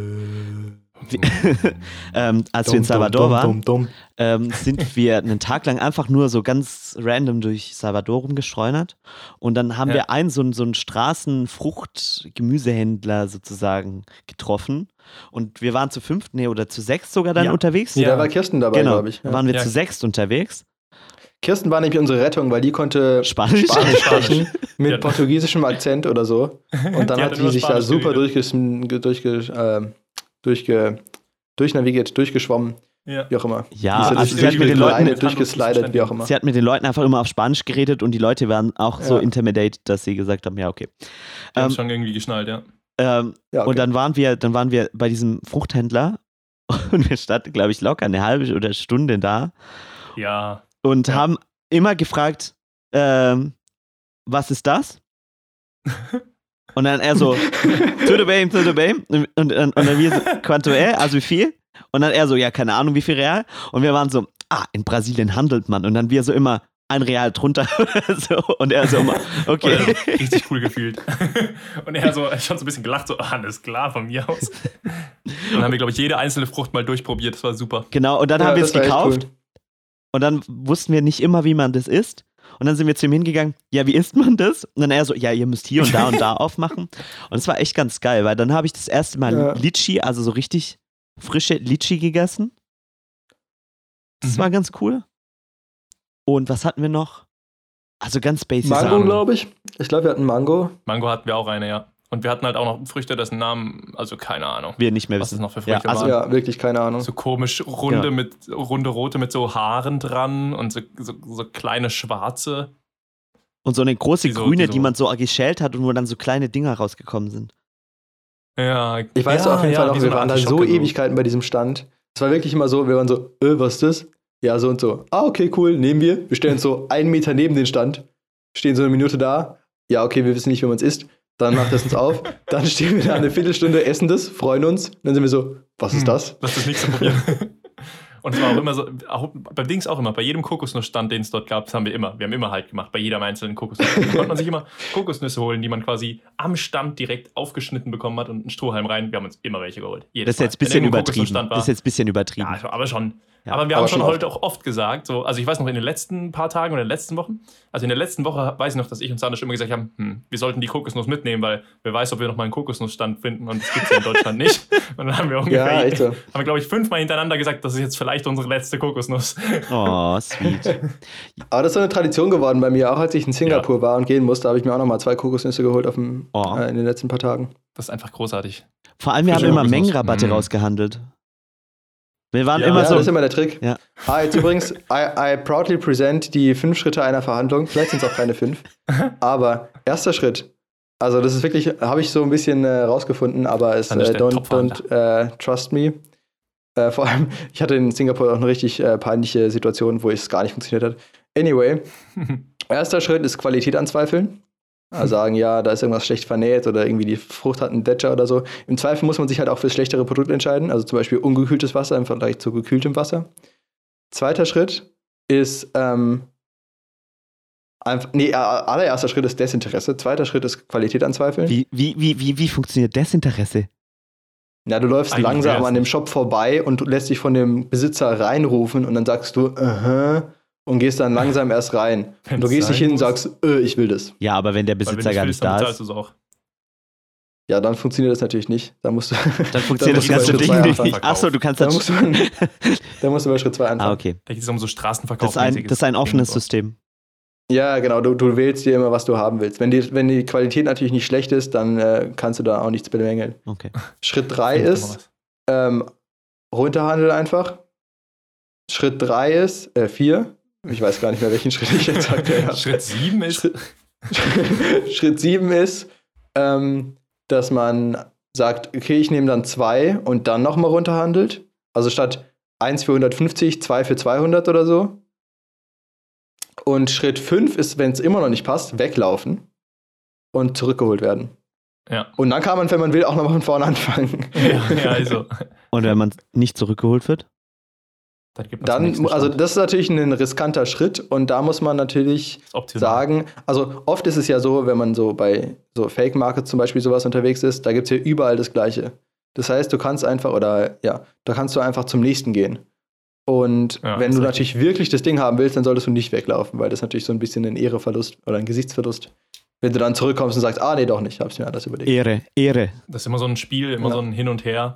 Als wir in Salvador waren, sind wir einen Tag lang einfach nur so ganz random durch Salvador rumgeschleudert und dann haben wir so einen Straßenfrucht-Gemüsehändler sozusagen getroffen und wir waren zu 5 oder zu 6 sogar dann unterwegs. Ja, da war Kirsten dabei, glaube ich. Da waren wir zu 6 unterwegs. Kirsten war nämlich unsere Rettung, weil die konnte Spanisch sprechen mit portugiesischem Akzent oder so und dann hat die sich da super durchgeschwommen, wie auch immer. Ja, also sie hat mit den Leuten durchgeslidet, wie auch immer. Sie hat mit den Leuten einfach immer auf Spanisch geredet und die Leute waren auch so intimidated, dass sie gesagt haben, ja, okay. Die haben schon irgendwie geschnallt, ja. Okay. Und dann waren wir bei diesem Fruchthändler und wir standen, glaube ich, locker eine halbe oder Stunde da. Ja. Und haben immer gefragt, was ist das? Und dann er so, tudo bem. Und dann wir so, quanto also wie viel? Und dann er so, ja, keine Ahnung, wie viel Real? Und wir waren so, in Brasilien handelt man. Und dann wir so immer, 1 Real drunter oder so. Und er so immer, okay. Richtig cool gefühlt. Und er so, schon so ein bisschen gelacht, so, alles klar, von mir aus. Und dann haben wir, glaube ich, jede einzelne Frucht mal durchprobiert. Das war super. Genau, und dann haben wir es gekauft. Cool. Und dann wussten wir nicht immer, wie man das isst. Und dann sind wir zu ihm hingegangen, ja, wie isst man das? Und dann er so, ja, ihr müsst hier und da aufmachen. Und es war echt ganz geil, weil dann habe ich das erste Mal Litchi, also so richtig frische Litchi gegessen. Das war ganz cool. Und was hatten wir noch? Also ganz basic Mango, glaube ich. Ich glaube, wir hatten Mango. Mango hatten wir auch eine, ja. Und wir hatten halt auch noch Früchte, dessen Namen, also keine Ahnung. Wir nicht mehr wissen. Was es noch für Früchte waren. Ja, wirklich keine Ahnung. So komisch runde rote mit so Haaren dran und so kleine schwarze. Und so eine große grüne, die man so geschält hat und wo dann so kleine Dinger rausgekommen sind. Ja. Ich weiß auf jeden Fall noch, wir waren da so Ewigkeiten bei diesem Stand. Es war wirklich immer so, wir waren so, was ist das? Ja, so und so. Okay, cool, nehmen wir. Wir stellen uns so 1 Meter neben den Stand, stehen so 1 Minute da. Ja, okay, wir wissen nicht, wie man es isst. Dann macht das uns auf. Dann stehen wir da eine Viertelstunde, essen das, freuen uns. Dann sind wir so, was ist das? Lass das nächste probieren. Und es war auch immer so, auch beim Dings auch immer, bei jedem Kokosnussstand, den es dort gab, wir haben immer halt gemacht, bei jedem einzelnen Kokosnuss. Da konnte man sich immer Kokosnüsse holen, die man quasi am Stand direkt aufgeschnitten bekommen hat und einen Strohhalm rein. Wir haben uns immer welche geholt. Das ist jetzt ein bisschen übertrieben. Ja, aber schon. Ja, aber wir haben schon heute auch oft gesagt, so, also ich weiß noch, in den letzten paar Tagen oder in den letzten Wochen, also in der letzten Woche weiß ich noch, dass ich und Sandisch immer gesagt haben, wir sollten die Kokosnuss mitnehmen, weil wer weiß, ob wir noch mal einen Kokosnussstand finden und das gibt es ja in Deutschland nicht. Und dann haben wir ungefähr, haben wir, glaube ich, 5-mal hintereinander gesagt, das ist jetzt vielleicht unsere letzte Kokosnuss. Oh, sweet. Aber das ist so eine Tradition geworden bei mir, auch als ich in Singapur war und gehen musste, habe ich mir auch noch mal 2 Kokosnüsse geholt in den letzten paar Tagen. Das ist einfach großartig. Vor allem, wir haben immer Mengenrabatte rausgehandelt. Wir waren immer so. Das ist immer der Trick. Ja. Jetzt übrigens, I proudly present die 5 Schritte einer Verhandlung. Vielleicht sind es auch keine 5. Aber erster Schritt, Also das ist wirklich, habe ich so ein bisschen rausgefunden, aber es don't trust me. Vor allem, ich hatte in Singapur auch eine richtig peinliche Situation, wo es gar nicht funktioniert hat. Anyway, erster Schritt ist Qualität anzweifeln. Also sagen, ja, da ist irgendwas schlecht vernäht oder irgendwie die Frucht hat einen Detscher oder so. Im Zweifel muss man sich halt auch für das schlechtere Produkt entscheiden. Also zum Beispiel ungekühltes Wasser im Vergleich zu gekühltem Wasser. Zweiter Schritt ist allererster Schritt ist Desinteresse. Zweiter Schritt ist Qualität anzweifeln. Wie funktioniert Desinteresse? Ja, du läufst langsam an dem Shop vorbei und du lässt dich von dem Besitzer reinrufen und dann sagst du, und gehst dann langsam erst rein. Und du gehst nicht hin und sagst, ich will das. Ja, aber wenn der Besitzer gar nicht da ist. Auch. Ja, dann funktioniert das natürlich nicht. Dann funktioniert das ganze Ding nicht. Achso, du kannst das. Dann musst du bei Schritt 2 anfangen. Ah, okay. Da geht es um so Straßenverkauf. Das ist ein offenes System. Ja, genau. Du wählst dir immer, was du haben willst. Wenn die Qualität natürlich nicht schlecht ist, dann kannst du da auch nichts bemängeln. Okay. Schritt 3 ist runterhandeln einfach. Schritt 3 ist 4. Ich weiß gar nicht mehr, welchen Schritt ich jetzt aktuell habe. Schritt 7 ist? Schritt 7 ist, dass man sagt, okay, ich nehme dann 2 und dann nochmal runterhandelt. Also statt 1 für 150, 2 für 200 oder so. Und Schritt 5 ist, wenn es immer noch nicht passt, weglaufen und zurückgeholt werden. Ja. Und dann kann man, wenn man will, auch nochmal von vorne anfangen. Ja, also. Und wenn man nicht zurückgeholt wird? Dann, also das ist natürlich ein riskanter Schritt und da muss man natürlich sagen, also oft ist es ja so, wenn man so bei so Fake-Markets zum Beispiel sowas unterwegs ist, da gibt es ja überall das Gleiche. Das heißt, du kannst einfach, da kannst du einfach zum nächsten gehen. Und wenn du natürlich wirklich das Ding haben willst, dann solltest du nicht weglaufen, weil das ist natürlich so ein bisschen ein Ehreverlust oder ein Gesichtsverlust. Wenn du dann zurückkommst und sagst, nee, doch nicht, hab's mir alles überlegt. Ehre. Das ist immer so ein Spiel, so ein Hin und Her.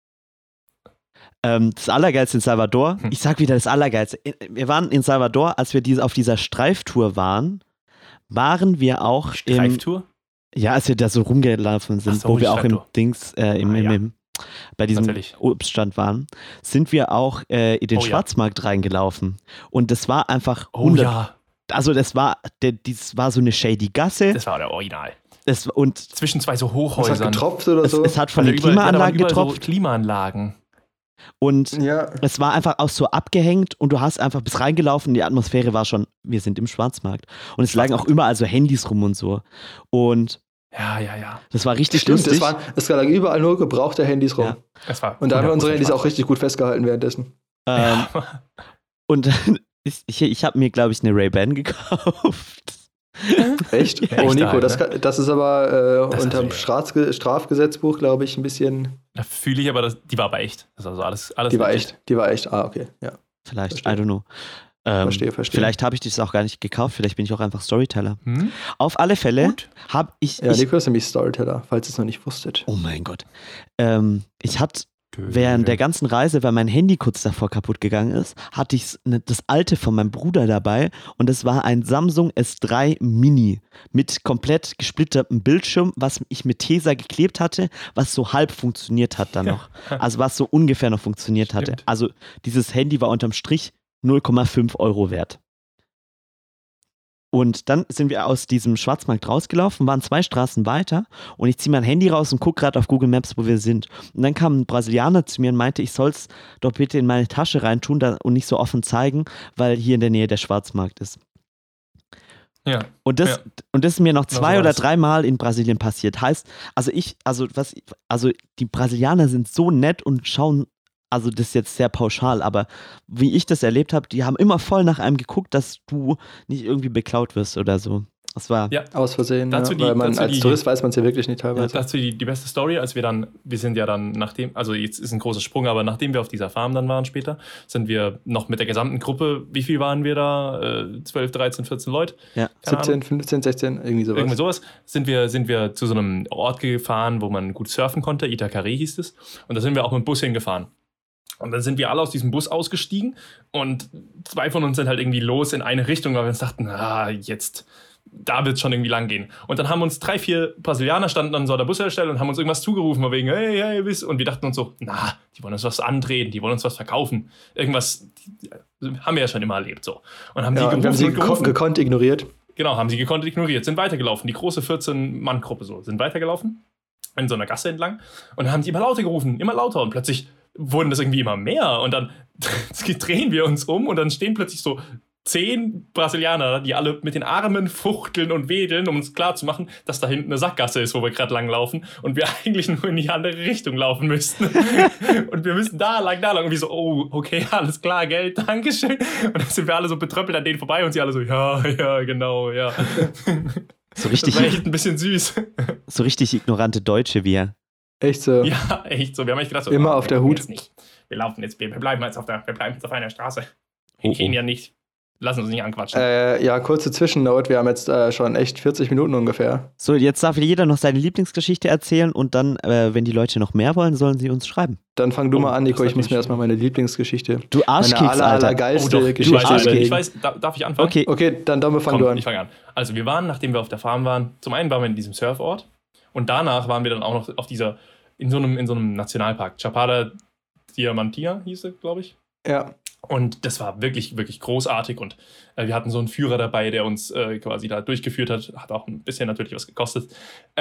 Das Allergeilste in Salvador, ich sag wieder das Allergeilste. Wir waren in Salvador, als wir auf dieser Streiftour waren wir auch Streiftour? Ja, als wir da so rumgelaufen sind, wo wir auch im Dings, bei diesem Obststand waren, sind wir auch in den Schwarzmarkt reingelaufen. Und das war einfach 100. Also das war so eine shady Gasse. Das war der Original. Und zwischen zwei so Hochhäusern. Es hat getropft oder so? Es hat von den Klimaanlagen getropft. So Klimaanlagen. Und es war einfach auch so abgehängt und du hast einfach bis reingelaufen, die Atmosphäre war schon, wir sind im Schwarzmarkt. Und es lagen auch überall so Handys rum und so. Und ja. Das war richtig lustig. Es lagen überall nur gebrauchte Handys rum. Ja. Und da haben wir unsere Handys auch richtig gut festgehalten währenddessen. Und ich habe mir, glaube ich, eine Ray-Ban gekauft. Echt? Oh, Nico, das ist aber unterm Strafgesetzbuch, glaube ich, ein bisschen. Da fühle ich aber, die war aber echt. Das ist also alles Die war echt. Ah, okay. Ja. Vielleicht, verstehe. I don't know. Verstehe. Vielleicht habe ich das auch gar nicht gekauft. Vielleicht bin ich auch einfach Storyteller. Auf alle Fälle habe ich. Ja, Nico ist nämlich Storyteller, falls ihr es noch nicht wusstet. Oh mein Gott. Ich hatte während der ganzen Reise, weil mein Handy kurz davor kaputt gegangen ist, hatte ich das alte von meinem Bruder dabei und es war ein Samsung S3 Mini mit komplett gesplittertem Bildschirm, was ich mit Tesa geklebt hatte, was so halb funktioniert hat dann noch. Also was so ungefähr noch funktioniert hatte. Also dieses Handy war unterm Strich 0,5 € wert. Und dann sind wir aus diesem Schwarzmarkt rausgelaufen, waren 2 Straßen weiter und ich ziehe mein Handy raus und gucke gerade auf Google Maps, wo wir sind. Und dann kam ein Brasilianer zu mir und meinte, ich soll es doch bitte in meine Tasche reintun und nicht so offen zeigen, weil hier in der Nähe der Schwarzmarkt ist. Ja. Und das ist mir noch 2 oder 3 Mal in Brasilien passiert. Heißt, die Brasilianer sind so nett und schauen. Also das ist jetzt sehr pauschal, aber wie ich das erlebt habe, die haben immer voll nach einem geguckt, dass du nicht irgendwie beklaut wirst oder so. Das war aus Versehen, weil man als Tourist weiß man es ja wirklich nicht teilweise. Dazu die beste Story, wir sind ja dann also jetzt ist ein großer Sprung, aber nachdem wir auf dieser Farm dann waren später, sind wir noch mit der gesamten Gruppe, wie viel waren wir da? 12, 13, 14 Leute? Ja, 17, 15, 16, irgendwie sowas. Sind wir zu so einem Ort gefahren, wo man gut surfen konnte, Itacaré hieß es, und da sind wir auch mit dem Bus hingefahren. Und dann sind wir alle aus diesem Bus ausgestiegen und 2 von uns sind halt irgendwie los in eine Richtung, weil wir uns dachten, da wird es schon irgendwie lang gehen. Und dann haben uns 3, 4 Brasilianer standen an so der Bushaltestelle und haben uns irgendwas zugerufen, von wegen, hey, und wir dachten uns so, die wollen uns was andrehen, die wollen uns was verkaufen. Irgendwas haben wir ja schon immer erlebt, so. Und haben die gerufen gekonnt ignoriert. Genau, haben sie gekonnt ignoriert, sind weitergelaufen. Die große 14-Mann-Gruppe so, sind weitergelaufen in so einer Gasse entlang und dann haben sie immer lauter gerufen, immer lauter und plötzlich wurden das irgendwie immer mehr und dann drehen wir uns um und dann stehen plötzlich so 10 Brasilianer, die alle mit den Armen fuchteln und wedeln, um uns klarzumachen, dass da hinten eine Sackgasse ist, wo wir gerade langlaufen und wir eigentlich nur in die andere Richtung laufen müssten. Und wir müssen da lang. Und wir so, oh, okay, alles klar, Geld, Dankeschön. Und dann sind wir alle so betröppelt an denen vorbei und sie alle so, ja, genau, ja. So richtig, das war echt ein bisschen süß. So richtig ignorante Deutsche wir. Echt so. Ja, echt so. Wir haben echt gedacht, so, immer auf der Hut. Wir laufen jetzt, wir bleiben jetzt auf einer Straße. Wir gehen ja nicht. Lassen uns nicht anquatschen. Ja, kurze Zwischennote. Wir haben jetzt schon echt 40 Minuten ungefähr. So, jetzt darf jeder noch seine Lieblingsgeschichte erzählen und dann, wenn die Leute noch mehr wollen, sollen sie uns schreiben. Dann fang du mal an, Nico. Ich muss mir erstmal meine Lieblingsgeschichte. Du Arschkeks, meine allergeilste Geschichte. Ich weiß, darf ich anfangen? Okay, dann fang du an. Ich fange an. Also wir waren, nachdem wir auf der Farm waren, zum einen waren wir in diesem Surfort und danach waren wir dann auch noch auf in so einem Nationalpark. Chapada Diamantina hieß es, glaube ich. Ja. Und das war wirklich, wirklich großartig und wir hatten so einen Führer dabei, der uns quasi da durchgeführt hat. Hat auch ein bisschen natürlich was gekostet.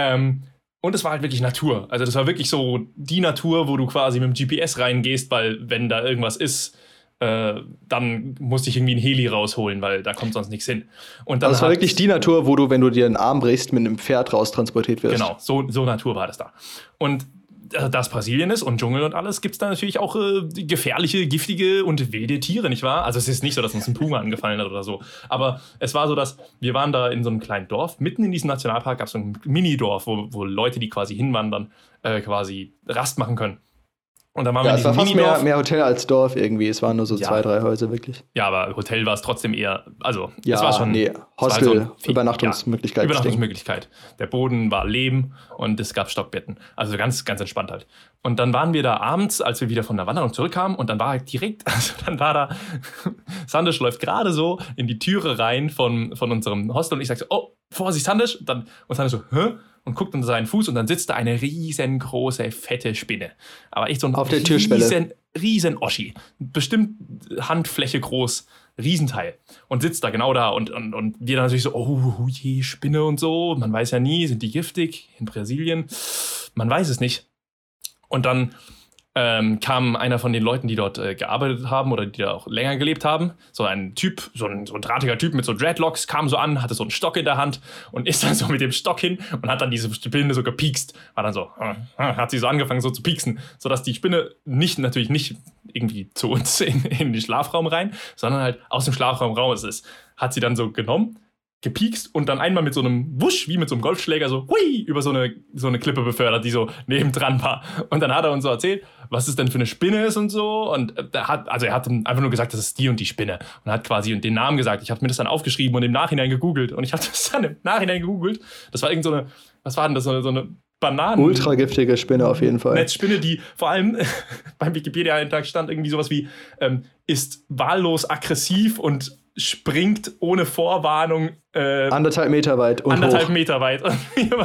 Und es war halt wirklich Natur. Also das war wirklich so die Natur, wo du quasi mit dem GPS reingehst, weil wenn da irgendwas ist, dann musste ich irgendwie einen Heli rausholen, weil da kommt sonst nichts hin. Und dann das war wirklich die Natur, wo du, wenn du dir einen Arm brichst, mit einem Pferd raustransportiert wirst. Genau, so Natur war das da. Und da es Brasilien ist und Dschungel und alles, gibt es da natürlich auch gefährliche, giftige und wilde Tiere, nicht wahr? Also es ist nicht so, dass uns ein Puma angefallen hat oder so. Aber es war so, dass wir waren da in so einem kleinen Dorf. Mitten in diesem Nationalpark gab es so ein Minidorf, wo Leute, die quasi hinwandern, quasi Rast machen können. Und dann waren wir in diesem Minidorf. Es war fast mehr Hotel als Dorf irgendwie. Es waren nur so 2, 3 Häuser wirklich. Ja, aber Hotel war es trotzdem eher, also ja, es war schon... Hostel, so Übernachtungsmöglichkeit. Übernachtungsmöglichkeit. Der Boden war Lehm und es gab Stockbetten. Also ganz, ganz entspannt halt. Und dann waren wir da abends, als wir wieder von der Wanderung zurückkamen und dann war halt direkt, da, Sandisch läuft gerade so in die Türe rein von unserem Hostel und ich sag so, oh, Vorsicht, Sandisch. Und Sandisch so, hä? Und guckt unter seinen Fuß und dann sitzt da eine riesengroße, fette Spinne. Aber echt so ein auf der Türschwelle. riesen Oschi. Bestimmt Handfläche groß, Riesenteil. Und sitzt da genau da und wir dann natürlich so, oh je, Spinne und so. Man weiß ja nie, sind die giftig in Brasilien? Man weiß es nicht. Und dann kam einer von den Leuten, die dort gearbeitet haben oder die da auch länger gelebt haben, so ein Typ, so ein drahtiger Typ mit so Dreadlocks, kam so an, hatte so einen Stock in der Hand und ist dann so mit dem Stock hin und hat dann diese Spinne so gepiekst. War dann so, hat sie so angefangen so zu pieksen, sodass die Spinne natürlich nicht irgendwie zu uns in den Schlafraum rein, sondern halt aus dem Schlafraum raus ist. Hat sie dann so genommen, gepiekst und dann einmal mit so einem Wusch, wie mit so einem Golfschläger, so hui, über so eine Klippe befördert, die so nebendran war. Und dann hat er uns so erzählt, was es denn für eine Spinne ist und so. Und er hat einfach nur gesagt, das ist die und die Spinne. Und hat quasi den Namen gesagt. Ich habe mir das dann aufgeschrieben und im Nachhinein gegoogelt. Und ich habe das dann im Nachhinein gegoogelt. Das war was war denn das, so eine Bananen... Ultra giftige Spinne auf jeden Fall. Netzspinne, die vor allem beim Wikipedia-Eintrag stand irgendwie sowas wie ist wahllos aggressiv und springt ohne Vorwarnung 1,5 Meter weit und 1,5 Meter weit. Und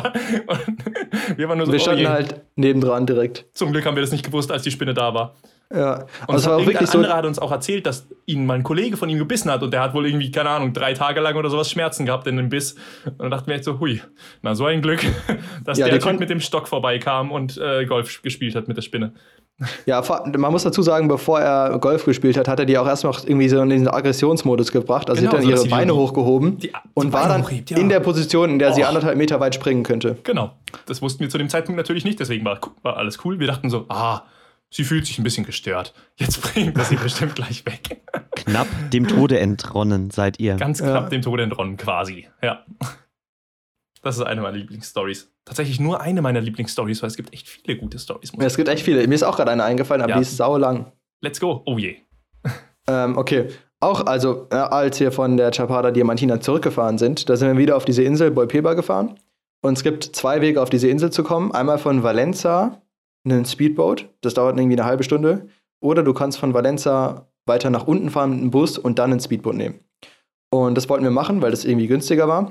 wir waren nur so, wir standen halt nebendran direkt. Zum Glück haben wir das nicht gewusst, als die Spinne da war. Ja. Und es war auch wirklich so. Ein anderer hat uns auch erzählt, dass ihn mal ein Kollege von ihm gebissen hat und der hat wohl irgendwie, keine Ahnung, 3 Tage lang oder sowas Schmerzen gehabt in dem Biss. Und dann dachten wir echt so, hui, na so ein Glück, dass der Typ mit dem Stock vorbeikam und Golf gespielt hat mit der Spinne. Ja, man muss dazu sagen, bevor er Golf gespielt hat, hat er die auch erst noch irgendwie so in diesen Aggressionsmodus gebracht. Also genau, sie hat dann ihre Beine hochgehoben und war dann in der Position, in der sie 1,5 Meter weit springen könnte. Genau, das wussten wir zu dem Zeitpunkt natürlich nicht, deswegen war alles cool. Wir dachten so, sie fühlt sich ein bisschen gestört. Jetzt bringt das sie bestimmt gleich weg. Knapp dem Tode entronnen seid ihr. Ganz knapp dem Tode entronnen quasi, ja. Das ist eine meiner Lieblingsstories. Tatsächlich nur eine meiner Lieblingsstories, weil es gibt echt viele gute Stories. Ja, es gibt echt viele. Mir ist auch gerade eine eingefallen, aber die ist saulang. Let's go. Oh je. Okay. Auch, also, als wir von der Chapada Diamantina zurückgefahren sind, da sind wir wieder auf diese Insel Boipeba gefahren. Und es gibt 2 Wege, auf diese Insel zu kommen. Einmal von Valença, ein Speedboat. Das dauert irgendwie eine halbe Stunde. Oder du kannst von Valença weiter nach unten fahren mit einem Bus und dann ein Speedboot nehmen. Und das wollten wir machen, weil das irgendwie günstiger war.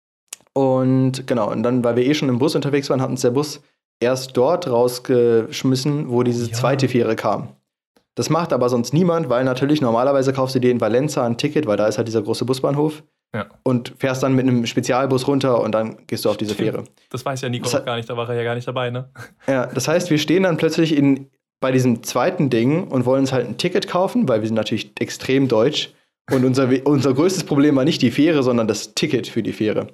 Und genau, und dann, weil wir schon im Bus unterwegs waren, hat uns der Bus erst dort rausgeschmissen, wo diese zweite Fähre kam. Das macht aber sonst niemand, weil natürlich normalerweise kaufst du dir in Valença ein Ticket, weil da ist halt dieser große Busbahnhof, Ja. Und fährst dann mit einem Spezialbus runter und dann gehst du auf diese Fähre. Das weiß ja Nico noch gar nicht, da war er ja gar nicht dabei, ne? Ja, das heißt, wir stehen dann plötzlich bei diesem zweiten Ding und wollen uns halt ein Ticket kaufen, weil wir sind natürlich extrem deutsch. Und unser größtes Problem war nicht die Fähre, sondern das Ticket für die Fähre.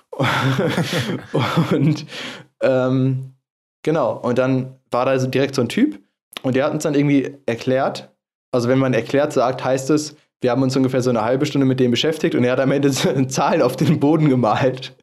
Und genau, und dann war da direkt so ein Typ und der hat uns dann irgendwie erklärt, also wenn man erklärt sagt, heißt es, wir haben uns ungefähr so eine halbe Stunde mit dem beschäftigt und er hat am Ende Zahlen auf den Boden gemalt.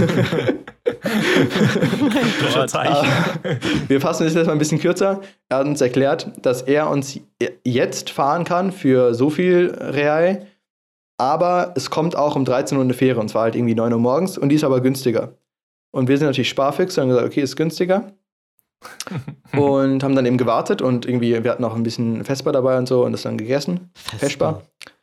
Wir fassen das jetzt mal ein bisschen kürzer. Er hat uns erklärt, dass er uns jetzt fahren kann für so viel Real, aber es kommt auch um 13 Uhr eine Fähre und zwar halt irgendwie 9 Uhr morgens und die ist aber günstiger. Und wir sind natürlich Sparfüchse und haben gesagt, okay, ist günstiger. Und haben dann eben gewartet und irgendwie, wir hatten auch ein bisschen Vesper dabei und so und das dann gegessen. Vesper.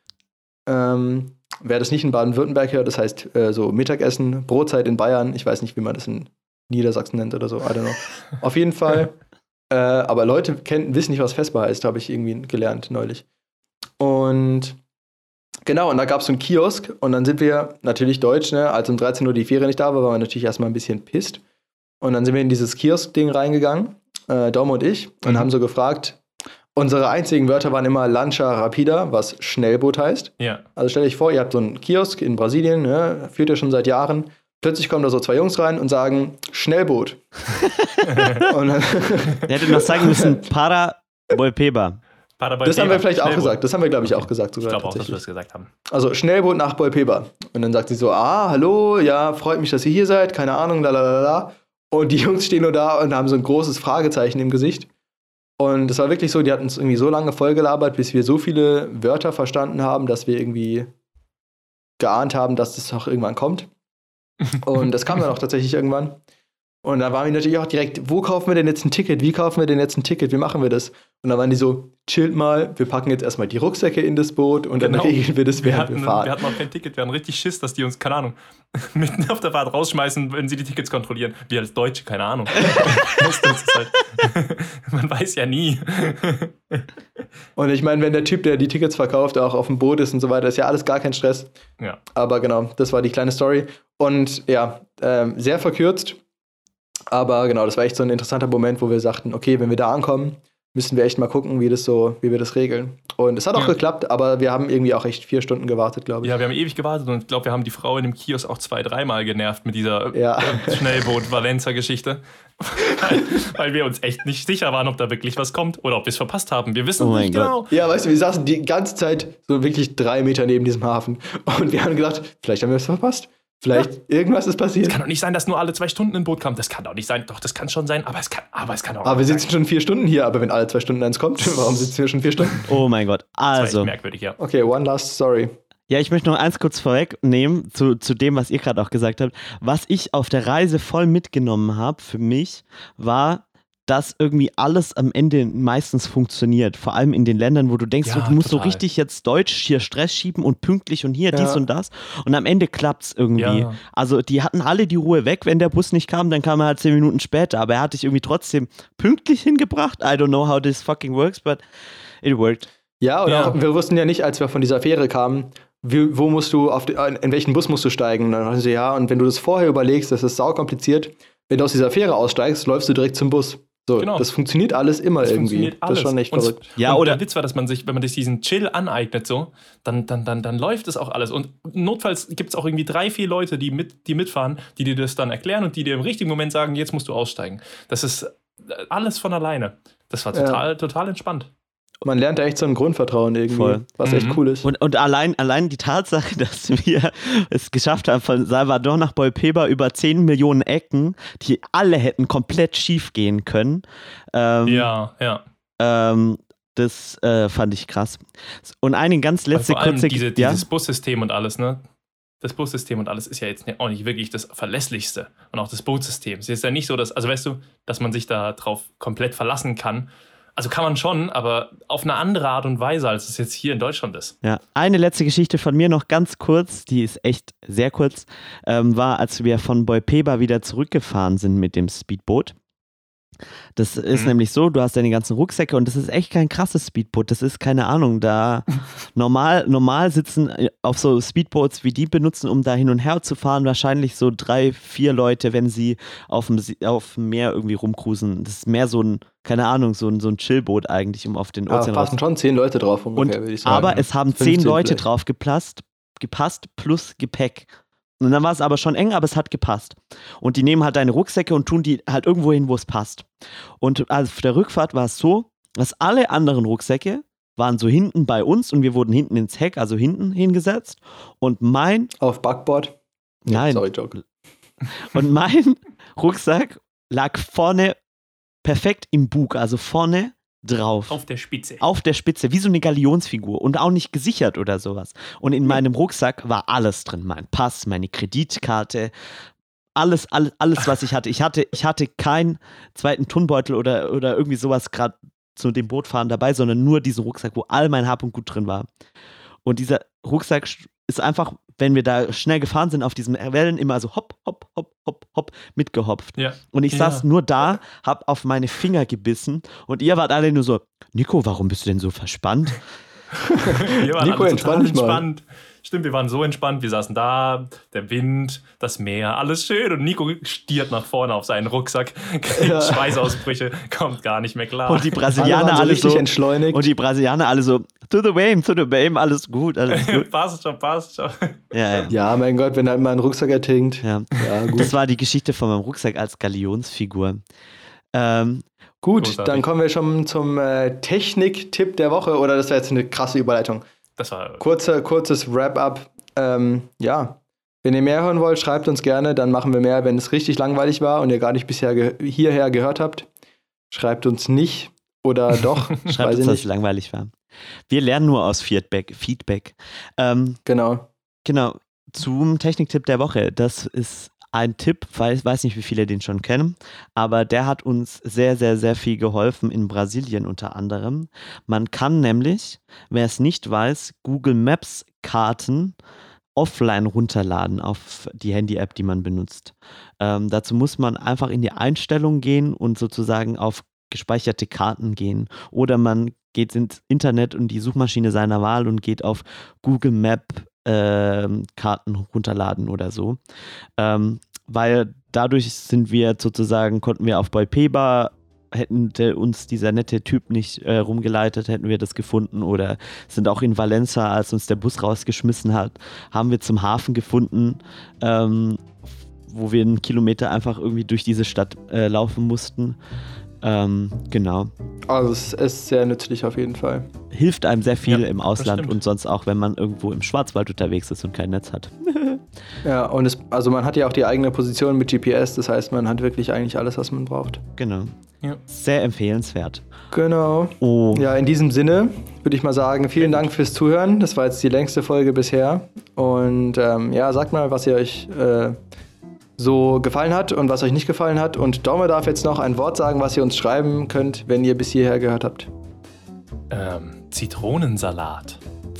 Wer das nicht in Baden-Württemberg hört, das heißt so Mittagessen, Brotzeit in Bayern. Ich weiß nicht, wie man das in Niedersachsen nennt oder so. I don't know. Auf jeden Fall. Aber Leute wissen nicht, was Vesper heißt, habe ich irgendwie gelernt neulich. Und genau, und da gab es so einen Kiosk und dann sind wir natürlich deutsch, ne? Als um 13 Uhr die Fähre nicht da war, waren wir natürlich erstmal ein bisschen pisst. Und dann sind wir in dieses Kiosk-Ding reingegangen, Dom und ich, und haben so gefragt, unsere einzigen Wörter waren immer Lancha Rapida, was Schnellboot heißt. Ja. Also stellt euch vor, ihr habt so einen Kiosk in Brasilien, ne, führt ihr schon seit Jahren. Plötzlich kommen da so zwei Jungs rein und sagen, Schnellboot. Und dann der hätte noch sagen müssen, Para Boipeba. Das haben wir vielleicht auch gesagt. Das haben wir, glaube ich, auch gesagt. Sogar, ich glaube auch, dass wir das gesagt haben. Also Schnellboot nach Boipeba. Und dann sagt sie so, hallo, ja, freut mich, dass ihr hier seid, keine Ahnung, lalalala. Und die Jungs stehen nur da und haben so ein großes Fragezeichen im Gesicht. Und es war wirklich so, die hatten uns irgendwie so lange vollgelabert, bis wir so viele Wörter verstanden haben, dass wir irgendwie geahnt haben, dass das auch irgendwann kommt. Und das kam dann auch tatsächlich irgendwann. Und da waren wir natürlich auch direkt, wo kaufen wir denn jetzt ein Ticket? Wie kaufen wir denn jetzt ein Ticket? Wie machen wir das? Und da waren die so, chillt mal, wir packen jetzt erstmal die Rucksäcke in das Boot und dann regeln wir das, während wir fahren. Wir hatten auch kein Ticket, wir hatten richtig Schiss, dass die uns, keine Ahnung, mitten auf der Fahrt rausschmeißen, wenn sie die Tickets kontrollieren. Wir als Deutsche, keine Ahnung. Das ist halt, man weiß ja nie. Und ich meine, wenn der Typ, der die Tickets verkauft, auch auf dem Boot ist und so weiter, ist ja alles gar kein Stress. Ja. Aber genau, das war die kleine Story. Und ja, sehr verkürzt. Aber genau, das war echt so ein interessanter Moment, wo wir sagten, okay, wenn wir da ankommen, müssen wir echt mal gucken, wie wir das regeln. Und es hat auch geklappt, aber wir haben irgendwie auch echt 4 Stunden gewartet, glaube ich. Ja, wir haben ewig gewartet und ich glaube, wir haben die Frau in dem Kiosk auch 2-3 Mal genervt mit dieser Schnellboot-Valenza-Geschichte. weil wir uns echt nicht sicher waren, ob da wirklich was kommt oder ob wir es verpasst haben. Wir wissen nicht genau. Ja, weißt du, wir saßen die ganze Zeit so wirklich 3 Meter neben diesem Hafen und wir haben gedacht, vielleicht haben wir es verpasst. Vielleicht irgendwas ist passiert. Es kann doch nicht sein, dass nur alle 2 Stunden ein Boot kommt. Das kann doch nicht sein. Doch, das kann schon sein, aber es kann auch nicht sein. Aber wir sitzen schon 4 Stunden hier, aber wenn alle 2 Stunden eins kommt, warum sitzen wir schon 4 Stunden? Oh mein Gott. Also. Das war echt merkwürdig, ja. Okay, one last story. Ja, ich möchte noch eins kurz vorwegnehmen zu dem, was ihr gerade auch gesagt habt. Was ich auf der Reise voll mitgenommen habe für mich, war, dass irgendwie alles am Ende meistens funktioniert. Vor allem in den Ländern, wo du denkst, du musst so richtig jetzt Deutsch hier Stress schieben und pünktlich und hier dies und das. Und am Ende klappt's irgendwie. Ja. Also die hatten alle die Ruhe weg. Wenn der Bus nicht kam, dann kam er halt 10 Minuten später. Aber er hat dich irgendwie trotzdem pünktlich hingebracht. I don't know how this fucking works, but it worked. Ja, oder auch, wir wussten ja nicht, als wir von dieser Fähre kamen, wo musst du, in welchen Bus musst du steigen? Und dann haben sie und wenn du das vorher überlegst, das ist saukompliziert. Wenn du aus dieser Fähre aussteigst, läufst du direkt zum Bus. So, das funktioniert alles immer irgendwie. Das ist schon echt verrückt. Ja, oder der Witz war, dass man sich, wenn man sich diesen Chill aneignet, so, dann läuft es auch alles. Und notfalls gibt es auch irgendwie 3-4 Leute, die mitfahren, die dir das dann erklären und die dir im richtigen Moment sagen, jetzt musst du aussteigen. Das ist alles von alleine. Das war total entspannt. Man lernt da echt so ein Grundvertrauen irgendwie, was echt cool ist. Und allein die Tatsache, dass wir es geschafft haben, von Salvador nach Boipeba über 10 Millionen Ecken, die alle hätten komplett schief gehen können. Das fand ich krass. Und eine ganz letzte vor allem kurze... dieses Bussystem und alles, ne? Das Bussystem und alles ist ja jetzt auch nicht wirklich das Verlässlichste. Und auch das Bootsystem. Es ist ja nicht so, dass man sich da drauf komplett verlassen kann. Also kann man schon, aber auf eine andere Art und Weise, als es jetzt hier in Deutschland ist. Ja, eine letzte Geschichte von mir noch ganz kurz, die ist echt sehr kurz, war, als wir von Boipeba wieder zurückgefahren sind mit dem Speedboot. Das ist nämlich so, du hast deine ganzen Rucksäcke und das ist echt kein krasses Speedboot. Das ist, keine Ahnung, da normal sitzen auf so Speedboats, wie die benutzen, um da hin und her zu fahren, wahrscheinlich so 3, 4 Leute, wenn sie auf dem Meer irgendwie rumcruisen. Das ist mehr so ein, keine Ahnung, so ein Chillboot eigentlich, um auf den Ozean raus. passen schon 10 Leute drauf ungefähr, würde ich sagen. Aber es haben 10 Leute vielleicht drauf gepasst plus Gepäck. Und dann war es aber schon eng, aber es hat gepasst. Und die nehmen halt deine Rucksäcke und tun die halt irgendwo hin, wo es passt. Und auf der Rückfahrt war es so, dass alle anderen Rucksäcke waren so hinten bei uns und wir wurden hinten ins Heck, also hinten hingesetzt. Und mein... Auf Backboard? Nein. Sorry, Joke. Und mein Rucksack lag vorne perfekt im Bug, also vorne drauf. Auf der Spitze. Auf der Spitze, wie so eine Galionsfigur und auch nicht gesichert oder sowas. Und in meinem Rucksack war alles drin. Mein Pass, meine Kreditkarte, alles, was ich hatte. Ich hatte keinen zweiten Turnbeutel oder irgendwie sowas gerade zu dem Bootfahren dabei, sondern nur diesen Rucksack, wo all mein Hab und Gut drin war. Und dieser Rucksack ist einfach, wenn wir da schnell gefahren sind, auf diesen Wellen immer so hopp, hopp, hopp, hopp, hopp mitgehopft. Ja. Und ich saß nur da, hab auf meine Finger gebissen und ihr wart alle nur so, Nico, warum bist du denn so verspannt? Wir waren Nico, entspann dich mal. Stimmt, wir waren so entspannt, wir saßen da, der Wind, das Meer, alles schön und Nico stiert nach vorne auf seinen Rucksack, kriegt Schweißausbrüche, kommt gar nicht mehr klar. Und die Brasilianer alle so entschleunigt. Und die Brasilianer alle so, to the BAME, alles gut. passt schon. Ja, mein Gott, wenn halt mal ein Rucksack ertrinkt. Ja, gut. Das war die Geschichte von meinem Rucksack als Galionsfigur. Gut, dann kommen wir schon zum Technik-Tipp der Woche. Oder das war jetzt eine krasse Überleitung. Das war kurzes Wrap-up. Wenn ihr mehr hören wollt, schreibt uns gerne. Dann machen wir mehr. Wenn es richtig langweilig war und ihr gar nicht bisher hierher gehört habt, schreibt uns nicht. Oder doch. Schreibt uns, dass es langweilig war. Wir lernen nur aus Feedback. Genau. Zum Techniktipp der Woche. Das ist ein Tipp, ich weiß nicht, wie viele den schon kennen, aber der hat uns sehr, sehr, sehr viel geholfen, in Brasilien unter anderem. Man kann nämlich, wer es nicht weiß, Google Maps Karten offline runterladen auf die Handy-App, die man benutzt. Dazu muss man einfach in die Einstellung gehen und sozusagen auf gespeicherte Karten gehen. Oder man geht ins Internet und die Suchmaschine seiner Wahl und geht auf Google Map Karten runterladen oder so. Weil dadurch konnten wir auf Boipeba, hätten uns dieser nette Typ nicht rumgeleitet, hätten wir das gefunden, oder sind auch in Valencia, als uns der Bus rausgeschmissen hat, haben wir zum Hafen gefunden, wo wir 1 Kilometer einfach irgendwie durch diese Stadt laufen mussten. Genau. Also es ist sehr nützlich auf jeden Fall. Hilft einem sehr viel im Ausland und sonst auch, wenn man irgendwo im Schwarzwald unterwegs ist und kein Netz hat. Ja, und man hat ja auch die eigene Position mit GPS, das heißt, man hat wirklich eigentlich alles, was man braucht. Genau. Ja. Sehr empfehlenswert. Genau. Oh. Ja, in diesem Sinne würde ich mal sagen, vielen Dank fürs Zuhören. Das war jetzt die längste Folge bisher. Und sagt mal, was ihr euch so gefallen hat und was euch nicht gefallen hat. Und Daume darf jetzt noch ein Wort sagen, was ihr uns schreiben könnt, wenn ihr bis hierher gehört habt. Zitronensalat.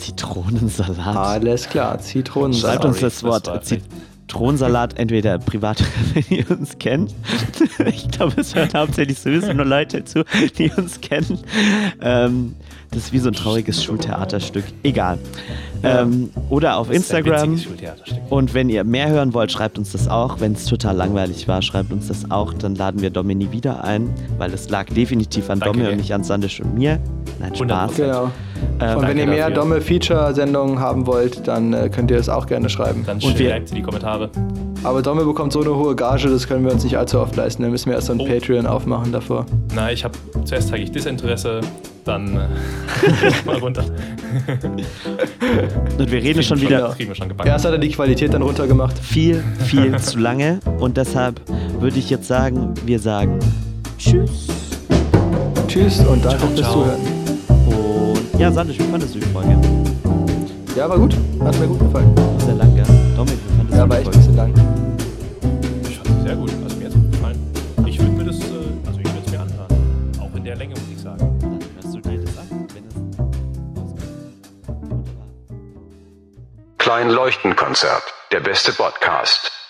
Alles klar, Zitronensalat. Schreibt uns das Wort Zitronensalat entweder privat, wenn ihr uns kennt. Ich glaube, es hören hauptsächlich sowieso nur Leute zu, die uns kennen. Das ist wie so ein trauriges Schultheaterstück. Egal. Oder auf Instagram. Und wenn ihr mehr hören wollt, schreibt uns das auch. Wenn es total langweilig war, schreibt uns das auch. Dann laden wir Domi wieder ein, weil es lag definitiv an Domi und nicht an Sandisch und mir. Nein, Spaß. Genau. Und wenn ihr mehr Domme-Feature-Sendungen haben wollt, dann könnt ihr es auch gerne schreiben. Dann schreibt in die Kommentare. Aber Domme bekommt so eine hohe Gage, das können wir uns nicht allzu oft leisten. Dann müssen wir erst so ein Patreon aufmachen davor. Na, zuerst zeige ich Desinteresse, dann mal runter. Und wir reden schon wieder. Kriegen wir schon gebacken. Erst hat er die Qualität dann runtergemacht. Viel zu lange. Und deshalb würde ich jetzt sagen, wir sagen Tschüss. Tschüss und danke fürs Zuhören. Und ja, Sandisch, wie fandest du die Folge? Ja, war gut. Hat mir gut gefallen. Sehr lang, ja. Dominik, wie fandest du die Folge? Ja, war echt ein bisschen lang. Ich fand es sehr gut. Also mir hat es gut gefallen. Ich würde mir das, ich würde es mir anhören. Auch in der Länge, muss ich sagen. Dann hörst du dir das an, wenn es Klein Leuchtenkonzert, der beste Podcast.